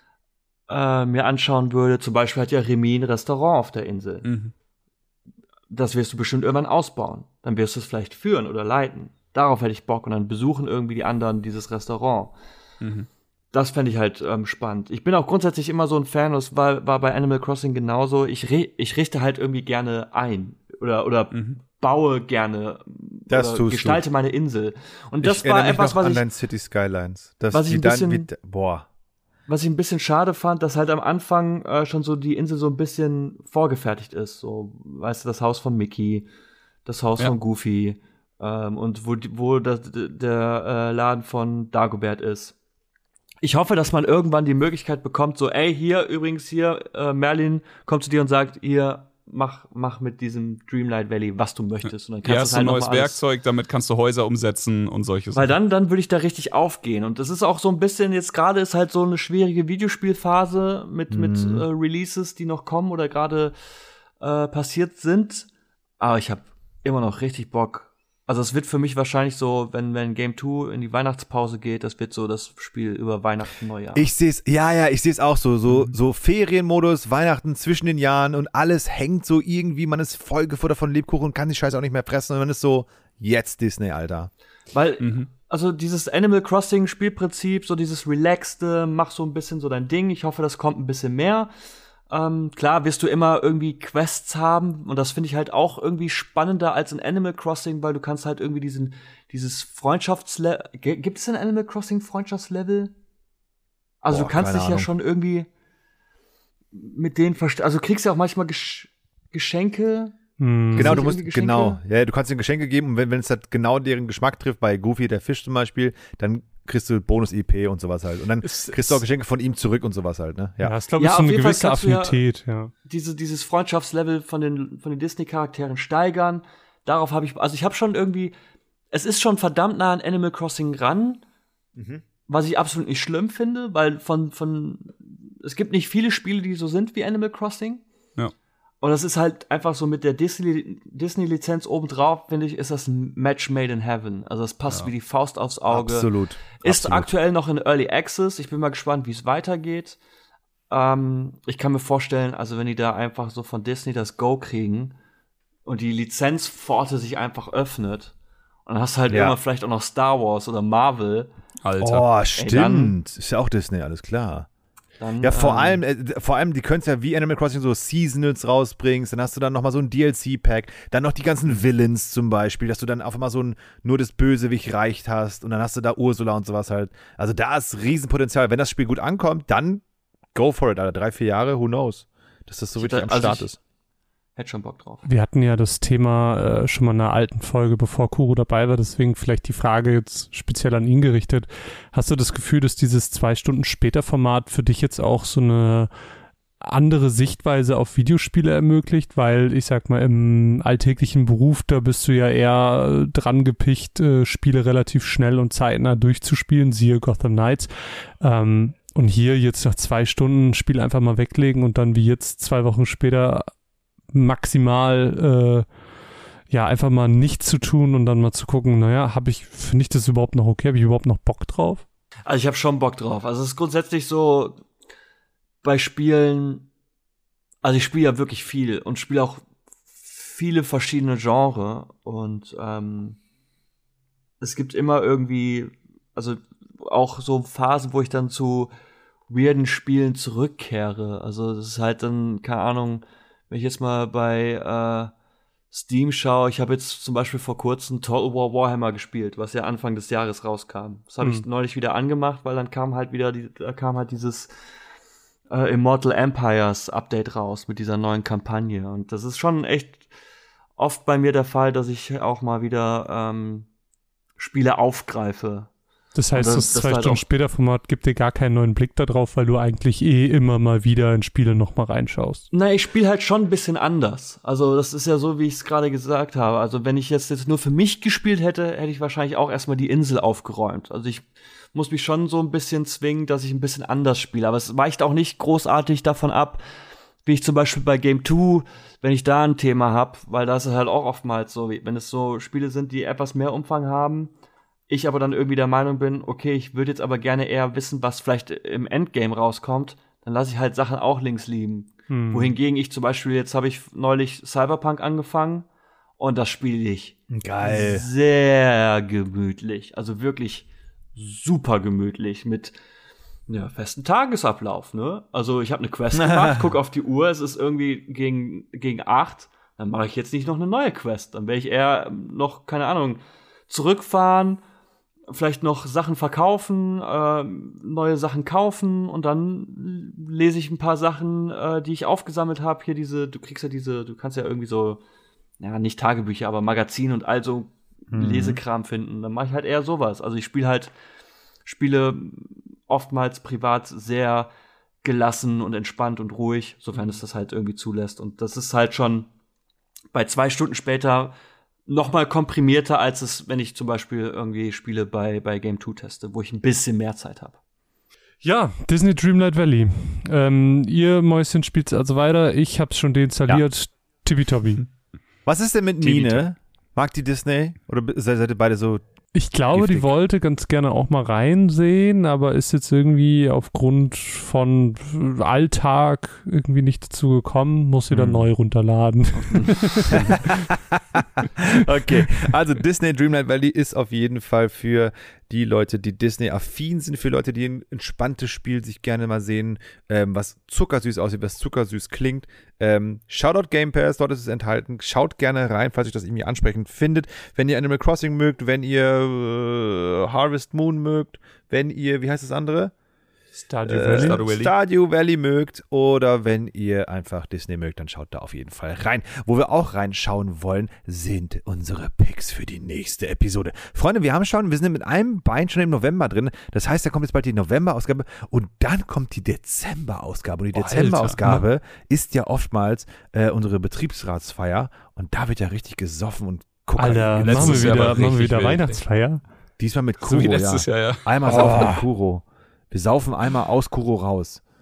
mir anschauen würde. Zum Beispiel hat ja Remy ein Restaurant auf der Insel. Mhm. Das wirst du bestimmt irgendwann ausbauen. Dann wirst du es vielleicht führen oder leiten. Darauf hätte ich Bock und dann besuchen irgendwie die anderen dieses Restaurant. Mhm. Das fände ich halt spannend. Ich bin auch grundsätzlich immer so ein Fan, das war bei Animal Crossing genauso. Ich richte halt irgendwie gerne ein oder baue gerne das oder gestalte meine Insel. Und das war etwas, was an ich deinen City Skylines. was ich ein bisschen boah. Was ich ein bisschen schade fand, dass halt am Anfang schon so die Insel so ein bisschen vorgefertigt ist. So, weißt du, das Haus von Mickey, das Haus von Goofy und wo der Laden von Dagobert ist. Ich hoffe, dass man irgendwann die Möglichkeit bekommt, so, Merlin kommt zu dir und sagt, hier, mach mit diesem Dreamlight Valley, was du möchtest. Und dann kannst hast du ein neues Werkzeug, damit kannst du Häuser umsetzen und solche Sachen. Weil dann würde ich da richtig aufgehen. Und das ist auch so ein bisschen, jetzt gerade ist halt so eine schwierige Videospielphase mit Releases, die noch kommen oder gerade passiert sind. Aber ich habe immer noch richtig Bock. Also es wird für mich wahrscheinlich so, wenn Game 2 in die Weihnachtspause geht, das wird so das Spiel über Weihnachten, Neujahr. Ich sehe es auch so Ferienmodus, Weihnachten zwischen den Jahren und alles hängt so irgendwie, man ist vollgefuttert von Lebkuchen und kann die Scheiße auch nicht mehr fressen und man ist so, jetzt Disney, Alter. Weil, also dieses Animal Crossing Spielprinzip, so dieses relaxte, mach so ein bisschen so dein Ding, ich hoffe, das kommt ein bisschen mehr. Klar wirst du immer irgendwie Quests haben und das finde ich halt auch irgendwie spannender als in Animal Crossing, weil du kannst halt irgendwie dieses Freundschaftslevel, gibt es in Animal Crossing Freundschaftslevel? Also du kannst dich ja schon irgendwie mit denen also du kriegst ja auch manchmal Geschenke. Genau, du kannst ihnen Geschenke geben und wenn es halt genau deren Geschmack trifft, bei Goofy, der Fisch zum Beispiel, dann kriegst du Bonus-IP und sowas halt. Und dann kriegst du auch Geschenke von ihm zurück und sowas halt, ne? Ja, ich glaube, es ist so eine gewisse Affinität, Dieses Freundschaftslevel von den Disney-Charakteren steigern. Darauf habe ich habe schon irgendwie, es ist schon verdammt nah an Animal Crossing ran, was ich absolut nicht schlimm finde, weil es gibt nicht viele Spiele, die so sind wie Animal Crossing. Ja. Und das ist halt einfach so mit der Disney-Lizenz obendrauf, finde ich, ist das ein Match made in heaven. Also das passt wie die Faust aufs Auge. Absolut. Ist aktuell noch in Early Access. Ich bin mal gespannt, wie es weitergeht. Ich kann mir vorstellen, also wenn die da einfach so von Disney das Go kriegen und die Lizenzpforte sich einfach öffnet und dann hast du halt immer vielleicht auch noch Star Wars oder Marvel. Alter. Oh, stimmt. Ist ja auch Disney, alles klar. Dann, Ja, vor allem, die können es ja wie Animal Crossing so Seasonals rausbringst, dann hast du dann nochmal so ein DLC-Pack, dann noch die ganzen Villains zum Beispiel, dass du dann auf einmal so ein nur das Bösewicht reicht hast und dann hast du da Ursula und sowas halt. Also da ist Riesenpotenzial. Wenn das Spiel gut ankommt, dann go for it, Alter. 3-4 Jahre, who knows? Dass das so richtig am Start ist. Hätte schon Bock drauf. Wir hatten ja das Thema schon mal in einer alten Folge, bevor Kuro dabei war, deswegen vielleicht die Frage jetzt speziell an ihn gerichtet. Hast du das Gefühl, dass dieses 2-Stunden-später-Format für dich jetzt auch so eine andere Sichtweise auf Videospiele ermöglicht? Weil ich sag mal, im alltäglichen Beruf, da bist du ja eher dran gepicht, Spiele relativ schnell und zeitnah durchzuspielen, siehe Gotham Knights. Und hier jetzt nach 2 Stunden Spiel einfach mal weglegen und dann wie jetzt 2 Wochen später maximal einfach mal nichts zu tun und dann mal zu gucken, finde ich das überhaupt noch okay? Habe ich überhaupt noch Bock drauf? Also ich habe schon Bock drauf. Also es ist grundsätzlich so bei Spielen, also ich spiele ja wirklich viel und spiele auch viele verschiedene Genres und es gibt immer irgendwie, also auch so Phasen, wo ich dann zu weirden Spielen zurückkehre. Also das ist halt dann, keine Ahnung, wenn ich jetzt mal bei Steam schaue, ich habe jetzt zum Beispiel vor kurzem Total War Warhammer gespielt, was ja Anfang des Jahres rauskam. Das habe ich neulich wieder angemacht, weil dann kam halt dieses Immortal Empires Update raus mit dieser neuen Kampagne. Und das ist schon echt oft bei mir der Fall, dass ich auch mal wieder Spiele aufgreife. Das heißt, das 2 Stunden später Format gibt dir gar keinen neuen Blick darauf, weil du eigentlich immer mal wieder in Spiele noch mal reinschaust. Na, ich spiele halt schon ein bisschen anders. Also das ist ja so, wie ich es gerade gesagt habe. Also wenn ich jetzt nur für mich gespielt hätte, hätte ich wahrscheinlich auch erstmal die Insel aufgeräumt. Also ich muss mich schon so ein bisschen zwingen, dass ich ein bisschen anders spiele. Aber es weicht auch nicht großartig davon ab, wie ich zum Beispiel bei Game 2, wenn ich da ein Thema habe, weil da ist es halt auch oftmals so, wenn es so Spiele sind, die etwas mehr Umfang haben, ich aber dann irgendwie der Meinung bin, okay, ich würde jetzt aber gerne eher wissen, was vielleicht im Endgame rauskommt, dann lasse ich halt Sachen auch links liegen. Wohingegen ich zum Beispiel, jetzt habe ich neulich Cyberpunk angefangen und das spiele ich geil, sehr gemütlich, also wirklich super gemütlich mit festen Tagesablauf, ne? Also ich habe eine Quest gemacht, guck auf die Uhr, es ist irgendwie gegen 8, dann mache ich jetzt nicht noch eine neue Quest, dann werde ich eher noch, keine Ahnung, zurückfahren, vielleicht noch Sachen verkaufen, neue Sachen kaufen und dann lese ich ein paar Sachen, die ich aufgesammelt habe. Hier du kannst ja irgendwie so, nicht Tagebücher, aber Magazine und all so Lesekram finden. Dann mache ich halt eher sowas. Also ich spiele oftmals privat sehr gelassen und entspannt und ruhig, sofern es das halt irgendwie zulässt. Und das ist halt schon bei 2 Stunden später noch mal komprimierter, als es, wenn ich zum Beispiel irgendwie Spiele bei Game 2 teste, wo ich ein bisschen mehr Zeit habe. Ja, Disney Dreamlight Valley. Ihr Mäuschen spielt's also weiter. Ich hab's schon deinstalliert. Ja. Tippitoppi. Was ist denn mit Nine? Mag die Disney? Oder seid ihr beide so? Ich glaube, giftig? Die wollte ganz gerne auch mal reinsehen, aber ist jetzt irgendwie aufgrund von Alltag irgendwie nicht dazu gekommen, muss sie dann neu runterladen. Okay, also Disney Dreamlight Valley ist auf jeden Fall für die Leute, die Disney-affin sind, für Leute, die ein entspanntes Spiel sich gerne mal sehen, was zuckersüß aussieht, was zuckersüß klingt. Shoutout Game Pass, dort ist es enthalten. Schaut gerne rein, falls euch das irgendwie ansprechend findet. Wenn ihr Animal Crossing mögt, wenn ihr Harvest Moon mögt, wenn ihr, wie heißt das andere? Stardew Valley mögt oder wenn ihr einfach Disney mögt, dann schaut da auf jeden Fall rein. Wo wir auch reinschauen wollen, sind unsere Picks für die nächste Episode. Freunde, wir sind mit einem Bein schon im November drin. Das heißt, da kommt jetzt bald die November-Ausgabe und dann kommt die Dezember-Ausgabe. Und die Dezember-Ausgabe ist ja oftmals unsere Betriebsratsfeier und da wird ja richtig gesoffen und Kokain. Alter, machen wir wieder Weihnachtsfeier? Diesmal mit Kuro, so wie letztes Jahr, ja. Einmal saufen mit Kuro. Wir saufen einmal aus Kuro raus.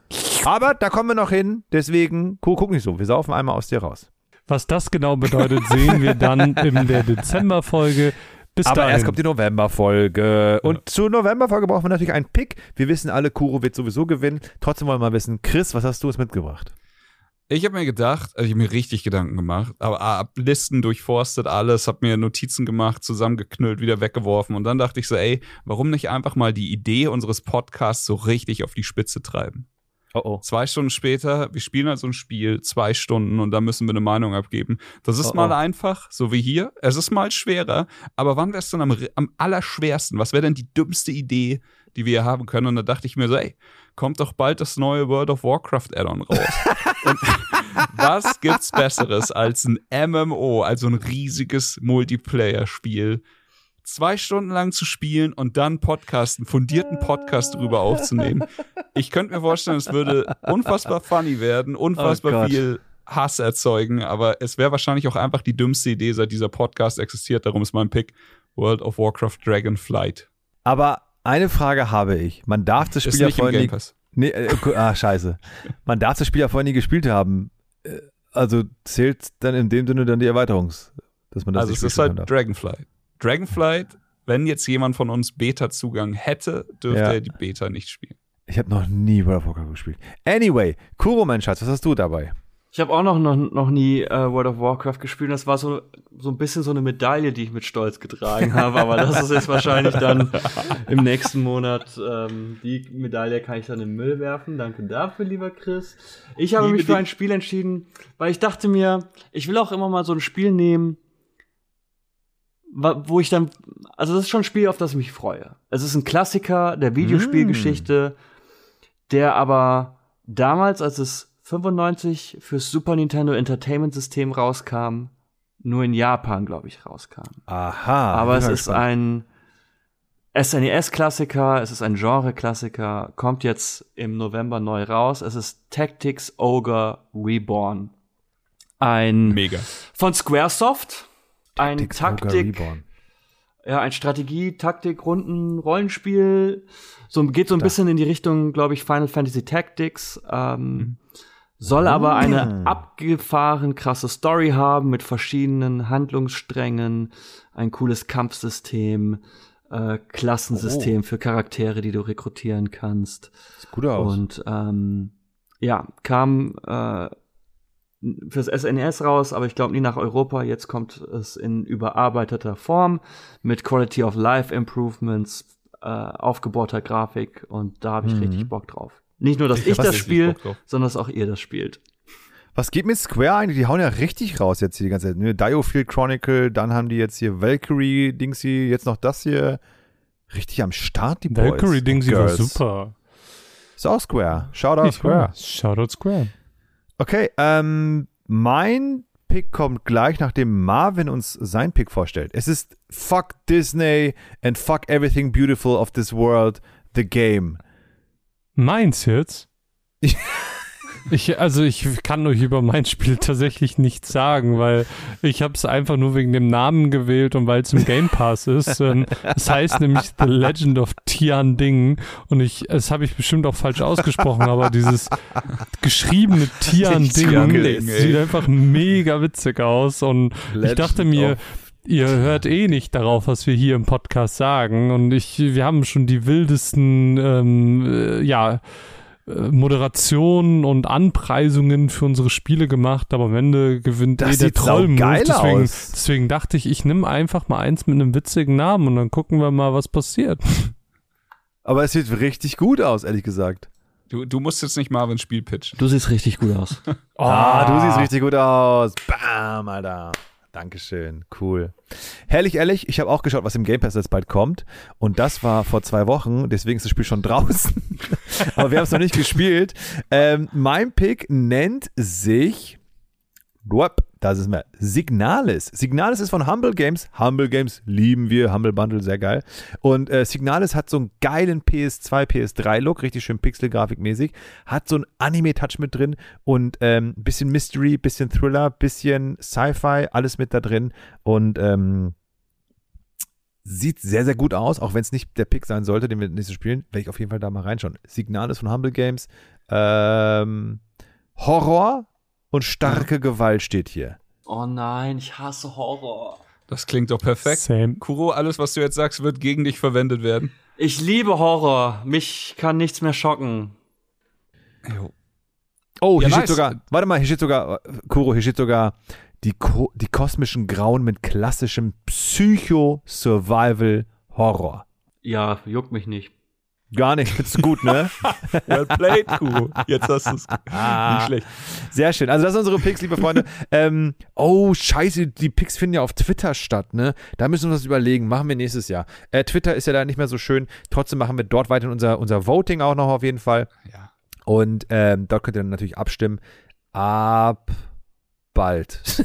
Aber da kommen wir noch hin, deswegen, guck nicht so, wir saufen einmal aus dir raus. Was das genau bedeutet, sehen wir dann in der Dezember-Folge. Bis Aber dahin. erst kommt die November-Folge. Und zur November-Folge brauchen wir natürlich einen Pick. Wir wissen alle, Kuro wird sowieso gewinnen. Trotzdem wollen wir mal wissen, Chris, was hast du uns mitgebracht? Ich habe mir gedacht, also ich habe mir richtig Gedanken gemacht, aber hab Listen durchforstet, alles, habe mir Notizen gemacht, zusammengeknüllt, wieder weggeworfen und dann dachte ich so, ey, warum nicht einfach mal die Idee unseres Podcasts so richtig auf die Spitze treiben? Oh. 2 Stunden später, wir spielen halt so ein Spiel, 2 Stunden und dann müssen wir eine Meinung abgeben. Das ist mal einfach, so wie hier, es ist mal schwerer, aber wann wäre es dann am allerschwersten? Was wäre denn die dümmste Idee, die wir hier haben können? Und da dachte ich mir so, ey, kommt doch bald das neue World of Warcraft Add-on raus. Und was gibt's Besseres als ein MMO, also ein riesiges Multiplayer-Spiel, 2 Stunden lang zu spielen und dann einen fundierten Podcast drüber aufzunehmen? Ich könnte mir vorstellen, es würde unfassbar funny werden, unfassbar viel Hass erzeugen, aber es wäre wahrscheinlich auch einfach die dümmste Idee, seit dieser Podcast existiert. Darum ist mein Pick World of Warcraft Dragonflight. Aber eine Frage habe ich. Man darf das Spiel ja vorher Game Pass. Nee, scheiße. Man darf das Spiel ja vorher nie gespielt haben. Also zählt dann in dem Sinne dann die dass man das Also nicht es ist halt Dragonflight. Dragonflight, wenn jetzt jemand von uns Beta-Zugang hätte, dürfte er die Beta nicht spielen. Ich habe noch nie World of Warcraft gespielt. Anyway, Kuro, mein Schatz, was hast du dabei? Ich habe auch noch nie World of Warcraft gespielt. Das war so ein bisschen so eine Medaille, die ich mit Stolz getragen habe. Aber das ist jetzt wahrscheinlich dann im nächsten Monat. Die Medaille kann ich dann in den Müll werfen. Danke dafür, lieber Chris. Ich habe mich für ein Spiel entschieden, weil ich dachte mir, ich will auch immer mal so ein Spiel nehmen, wo ich dann, also das ist schon ein Spiel, auf das ich mich freue. Es ist ein Klassiker der Videospielgeschichte, der aber damals, als es 95 fürs Super Nintendo Entertainment System rauskam, nur in Japan, glaube ich, rauskam. Aha. Aber es ist ein SNES-Klassiker, es ist ein Genre-Klassiker, kommt jetzt im November neu raus. Es ist Tactics Ogre Reborn. Mega. Von Squaresoft. Ein ein Strategie, Taktik, Runden, Rollenspiel. Geht so ein bisschen in die Richtung, glaube ich, Final Fantasy Tactics. Soll aber eine abgefahren krasse Story haben mit verschiedenen Handlungssträngen, ein cooles Kampfsystem, Klassensystem für Charaktere, die du rekrutieren kannst. Sieht gut aus. Und kam fürs SNES raus, aber ich glaube nie nach Europa. Jetzt kommt es in überarbeiteter Form mit Quality of Life Improvements, aufgebauter Grafik und da habe ich richtig Bock drauf. Nicht nur, dass ich das spiele, sondern dass auch ihr das spielt. Was geht mit Square eigentlich? Die hauen ja richtig raus jetzt hier die ganze Zeit. Ne? Diofield Chronicle, dann haben die jetzt hier Valkyrie-Dingsy, jetzt noch das hier. Richtig am Start, die Boys. Valkyrie-Dingsy war super. Ist auch Square. Shoutout Square. Shoutout Square. Okay, mein Pick kommt gleich, nachdem Marvin uns sein Pick vorstellt. Es ist Fuck Disney and Fuck Everything Beautiful of this World, the game. Meins jetzt? Ich kann euch über mein Spiel tatsächlich nichts sagen, weil ich habe es einfach nur wegen dem Namen gewählt und weil es im Game Pass ist. Es heißt nämlich The Legend of Tian Ding und das habe ich bestimmt auch falsch ausgesprochen, aber dieses geschriebene Tian Ding sieht einfach mega witzig aus und ich dachte mir, ihr hört eh nicht darauf, was wir hier im Podcast sagen und wir haben schon die wildesten, Moderationen und Anpreisungen für unsere Spiele gemacht, aber am Ende gewinnt der Trollmove. Deswegen dachte ich nehme einfach mal eins mit einem witzigen Namen und dann gucken wir mal, was passiert. Aber es sieht richtig gut aus, ehrlich gesagt. Du musst jetzt nicht Marvins Spiel pitchen. Du siehst richtig gut aus. Du siehst richtig gut aus. Bam, Alter. Dankeschön, cool. Herrlich, ehrlich, ich habe auch geschaut, was im Game Pass jetzt bald kommt und das war vor 2 Wochen, deswegen ist das Spiel schon draußen, aber wir haben es noch nicht gespielt. Mein Pick nennt sich das ist mir Signalis. Signalis ist von Humble Games. Humble Games lieben wir. Humble Bundle, sehr geil. Und Signalis hat so einen geilen PS2, PS3-Look, richtig schön Pixel-Grafik-mäßig. Hat so einen Anime-Touch mit drin und bisschen Mystery, bisschen Thriller, bisschen Sci-Fi, alles mit da drin. Und sieht sehr, sehr gut aus, auch wenn es nicht der Pick sein sollte, den wir nächstes spielen, werde ich auf jeden Fall da mal reinschauen. Signalis von Humble Games. Horror und starke Gewalt steht hier. Oh nein, ich hasse Horror. Das klingt doch perfekt. Same. Kuro, alles, was du jetzt sagst, wird gegen dich verwendet werden. Ich liebe Horror. Mich kann nichts mehr schocken. Oh, Ja, hier steht nice. sogar, warte mal, hier steht sogar, Kuro, hier steht sogar die kosmischen Grauen mit klassischem Psycho-Survival-Horror. Ja, juckt mich nicht. Gar nicht, findest du gut, ne? Well played, Kuro. Jetzt hast du es. Nicht schlecht. Sehr schön. Also das sind unsere Picks, liebe Freunde. Oh, scheiße, die Picks finden ja auf Twitter statt, ne? Da müssen wir uns überlegen. Machen wir nächstes Jahr. Twitter ist ja da nicht mehr so schön. Trotzdem machen wir dort weiter unser Voting auch noch auf jeden Fall. Ja. Und dort könnt ihr dann natürlich abstimmen. Ab bald.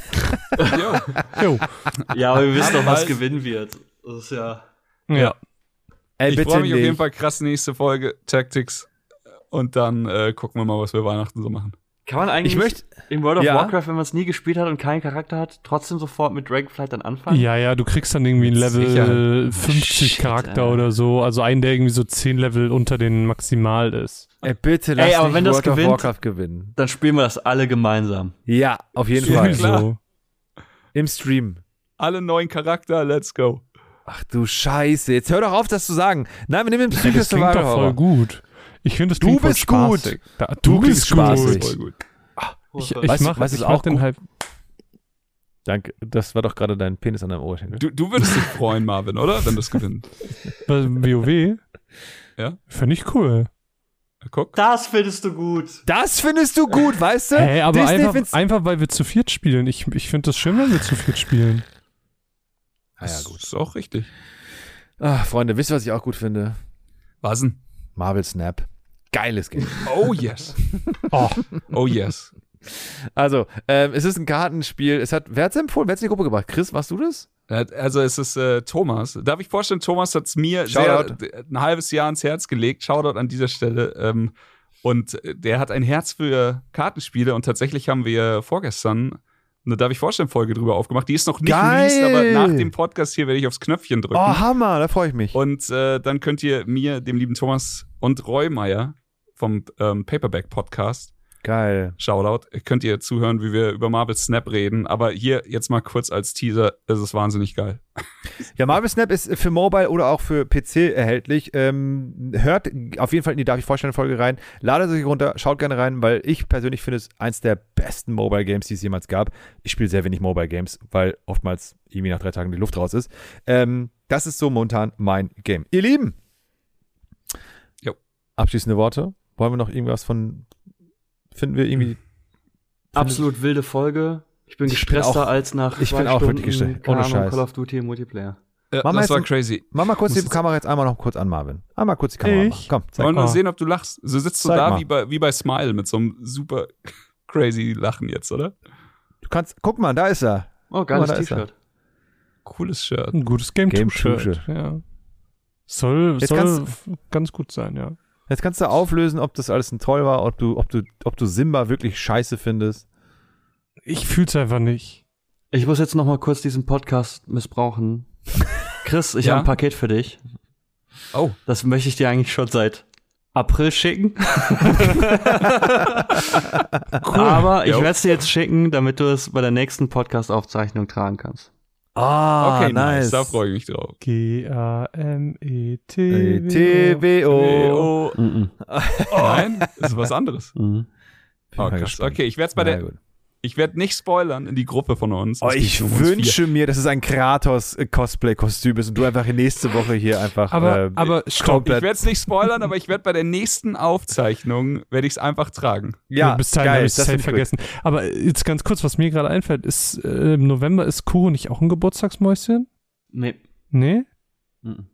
Jo. Ja, aber wir wissen doch, was Halt. gewinnen wird. Das ist ja. Ja. Ey, Ich bitte freue mich auf nicht. jeden Fall krass nächste Folge Tactics. Und dann gucken wir mal, was wir Weihnachten so machen. Kann man eigentlich Ich möchte. in World of Ja. Warcraft, wenn man es nie gespielt hat und keinen Charakter hat, trotzdem sofort mit Dragonflight dann anfangen? Ja, du kriegst dann irgendwie einen Level Sicherheit. 50 Shit, Charakter ey. oder so. Also einen, der irgendwie so 10 Level unter den Maximal ist. Ey, bitte lass aber nicht wenn das World of gewinnt- Warcraft gewinnen. Dann spielen wir das alle gemeinsam. Ja, auf jeden Ja, Fall. klar. So. Im Stream. Alle neuen Charakter, let's go. Ach du Scheiße, jetzt hör doch auf, das zu sagen. Nein, wir nehmen den Ja, das klingt doch voll gut. Ich finde, das Du klingt voll bist gut. spaßig. Du klingst spaßig. Voll gut. Ich Weißt du, mach, was ich ist mach auch den gut? halt. Danke, das war doch gerade dein Penis an deinem Ohrschenkel. Du würdest dich freuen, Marvin, oder? Wenn das gewinnt. Bei WoW? Ja. Fände ich cool. Guck. Das findest du gut. Das findest du gut, weißt du? Hey, aber Disney find's- einfach, weil wir zu viert spielen. Ich finde das schön, wenn wir zu viert spielen. ja, gut. Ist auch richtig. Ach, Freunde, wisst ihr, was ich auch gut finde? Was denn? Marvel Snap. Geiles Game. Oh yes. Oh yes. Also, es ist ein Kartenspiel. Wer hat es empfohlen? Wer hat es in die Gruppe gebracht? Chris, warst du das? Also es ist Thomas. Darf ich vorstellen, Thomas hat es mir Shoutout. ein halbes Jahr ans Herz gelegt. Shoutout an dieser Stelle. Und der hat ein Herz für Kartenspiele und tatsächlich haben wir vorgestern eine Darf ich vorstellen Folge drüber aufgemacht. Die ist noch nicht Geil. released, aber nach dem Podcast hier werde ich aufs Knöpfchen drücken. Oh, Hammer, da freue ich mich. Und dann könnt ihr mir, dem lieben Thomas und Reumeier vom Paperback Podcast, Geil. Shoutout, könnt ihr zuhören, wie wir über Marvel Snap reden. Aber hier jetzt mal kurz als Teaser, es ist wahnsinnig geil. Ja, Marvel Snap ist für Mobile oder auch für PC erhältlich. Hört auf jeden Fall in die Darf ich vorstellen Folge rein. Ladet euch runter, schaut gerne rein, weil ich persönlich finde es eins der besten Mobile Games, die es jemals gab. Ich spiele sehr wenig Mobile Games, weil oftmals irgendwie nach 3 Tagen die Luft raus ist. Das ist so momentan mein Game. Ihr Lieben! Jo. Abschließende Worte. Wollen wir noch irgendwas finden wir irgendwie... Absolut wilde Folge. Ich bin Ich bin gestresster auch- als nach ich 2 bin auch Stunden, wirklich gestresst. keine Ohne Ahnung, Scheiß. Call of Duty im Multiplayer. Ja, Mach mal das jetzt war ein- crazy. Mach mal kurz die Muss- Kamera jetzt einmal noch kurz an, Marvin. Einmal kurz die Kamera Ich? machen. Komm, zeig Wollen wir mal. sehen, ob du lachst? So sitzt du Zeig da mal. wie bei Smile mit so einem super crazy Lachen jetzt, oder? Du kannst... Guck mal, da ist er. Oh, geiles da ist er. T-Shirt. Cooles Shirt. Ein gutes Game Game 2 Two-Shirt. Ja. Soll Jetzt kannst- ganz gut sein, ja. Jetzt kannst du auflösen, ob das alles ein Troll war, ob du Simba wirklich scheiße findest. Ich fühl's einfach nicht. Ich muss jetzt noch mal kurz diesen Podcast missbrauchen. Chris, ich Ja? habe ein Paket für dich. Oh. Das möchte ich dir eigentlich schon seit April schicken. Aber ich Jo. werde es dir jetzt schicken, damit du es bei der nächsten Podcast-Aufzeichnung tragen kannst. Ah, Okay, nice. Da freue ich mich drauf. G-A-M-E-T. TWO. Mhm. Nein, das ist was anderes. Mhm. Oh, krass. Okay, ich werde nicht spoilern in die Gruppe von uns. Oh, Es geht ich nur um uns wünsche mir, dass es ein Kratos-Cosplay-Kostüm ist und du einfach nächste Woche hier einfach Aber stopp. Ich komplett... werde es nicht spoilern, aber ich werde bei der nächsten Aufzeichnung werde ich es einfach tragen. Ja, bis dahin habe ich es das safe find ich gut. vergessen. Aber jetzt ganz kurz, was mir gerade einfällt, ist im November ist Kuro nicht auch ein Geburtstagsmäuschen? Nee. Nee? Mhm.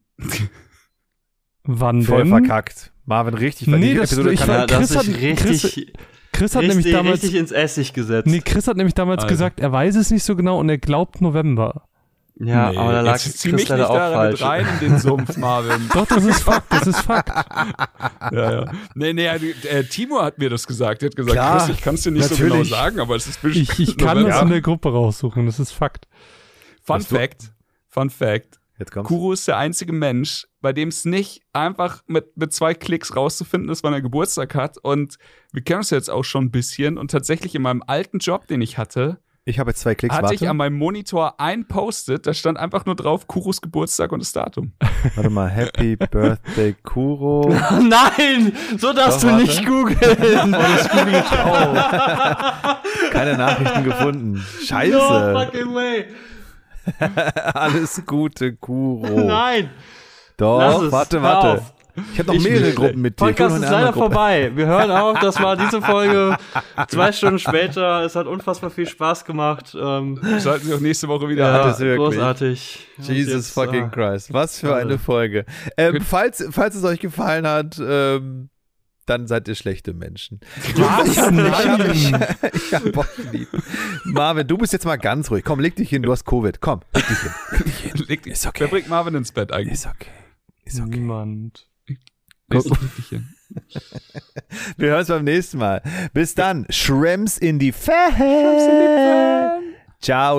Wann Voll denn? verkackt. Marvin, richtig, weil Nee, die das- Episode ich kann war- Ja, Chris das hat- ist richtig, Chris hat nämlich damals richtig ins Essig gesetzt. Chris hat nämlich damals Alter. gesagt, er weiß es nicht so genau und er glaubt November. Ja, Nee, aber da lag jetzt zieh Chris mich leider nicht auch da mit falsch. rein in den Sumpf, Marvin. Doch, das ist Fakt, das ist Fakt. Ja. Nee, Timo hat mir das gesagt. Er hat gesagt, Klar, Chris, ich kann es dir nicht so natürlich. genau sagen, aber es ist bestimmt Ich kann November. das in der Gruppe raussuchen, das ist Fakt. Fun Hast du- Fact, Jetzt kommt's. Kuro ist der einzige Mensch, bei dem es nicht einfach mit 2 Klicks rauszufinden ist, wann er Geburtstag hat. Und wir kennen uns jetzt auch schon ein bisschen. Und tatsächlich in meinem alten Job, den ich hatte, Ich habe jetzt 2 Klicks, hatte ich warte. an meinem Monitor ein Post-it, da stand einfach nur drauf Kuros Geburtstag und das Datum. Warte mal, Happy Birthday Kuro. Nein, so darfst Doch, du warte. nicht googeln. Das google ich auch. Keine Nachrichten gefunden. Scheiße. No fucking way. Alles Gute, Kuro. Nein. Doch, Lass es. warte. Hör auf. Ich habe noch mehrere nicht. Gruppen mit dir. Podcast ist leider vorbei. Wir hören auf. Das war diese Folge. 2 Stunden später. Es hat unfassbar viel Spaß gemacht. Schalten Sie auch nächste Woche wieder Ja, ein. das ist wirklich. Großartig. Und Jesus jetzt, fucking Christ. Was für eine Schade. Folge. Falls es euch gefallen hat, dann seid ihr schlechte Menschen. Ich hab euch lieb. Marvin, du bist jetzt mal ganz ruhig. Komm, leg dich hin. Du hast Covid. Komm, leg dich hin. Leg dich. Ist okay. Wer bringt Marvin ins Bett eigentlich? Ist okay. Ist okay. Niemand. Leg dich hin. Wir hören uns beim nächsten Mal. Bis dann. Schrems in die Fan. Ciao.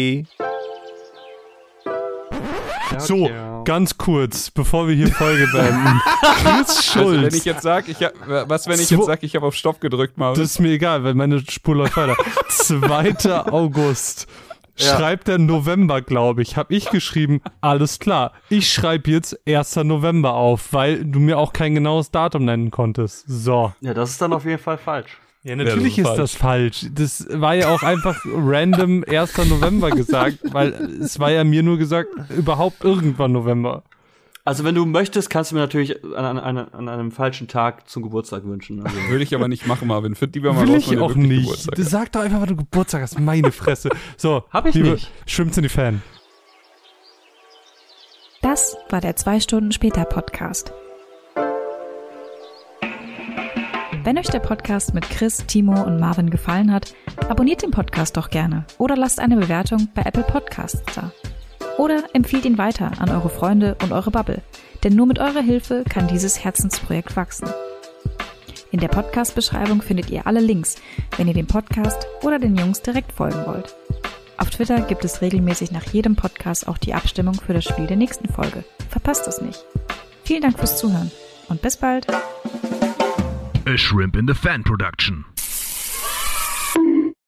So, ganz kurz, bevor wir hier Folge beenden. Chris Schulz. Also wenn ich jetzt sage, ich habe auf Stopp gedrückt, Marvin. Das ist mir egal, weil meine Spur läuft weiter. 2. August. Schreibt der November, glaube ich. Habe ich geschrieben, alles klar. Ich schreibe jetzt 1. November auf, weil du mir auch kein genaues Datum nennen konntest. So. Ja, das ist dann auf jeden Fall falsch. Ja, natürlich Ja, das ist das falsch. Das war ja auch einfach random 1. November gesagt, weil es war ja mir nur gesagt, überhaupt irgendwann November. Also wenn du möchtest, kannst du mir natürlich an einem falschen Tag zum Geburtstag wünschen. Also. Würde ich aber nicht machen, Marvin. Find lieber mal Will raus, ich wann der auch wirklich nicht. Geburtstag Das hat. sag doch einfach, wann du Geburtstag hast. Meine Fresse. So, Hab ich liebe nicht. Schwimmt's in die Fan. Das war der 2 Stunden später Podcast. Wenn euch der Podcast mit Chris, Timo und Marvin gefallen hat, abonniert den Podcast doch gerne oder lasst eine Bewertung bei Apple Podcasts da. Oder empfiehlt ihn weiter an eure Freunde und eure Bubble, denn nur mit eurer Hilfe kann dieses Herzensprojekt wachsen. In der Podcast-Beschreibung findet ihr alle Links, wenn ihr dem Podcast oder den Jungs direkt folgen wollt. Auf Twitter gibt es regelmäßig nach jedem Podcast auch die Abstimmung für das Spiel der nächsten Folge. Verpasst es nicht. Vielen Dank fürs Zuhören und bis bald. A Shrimp in the Fan production.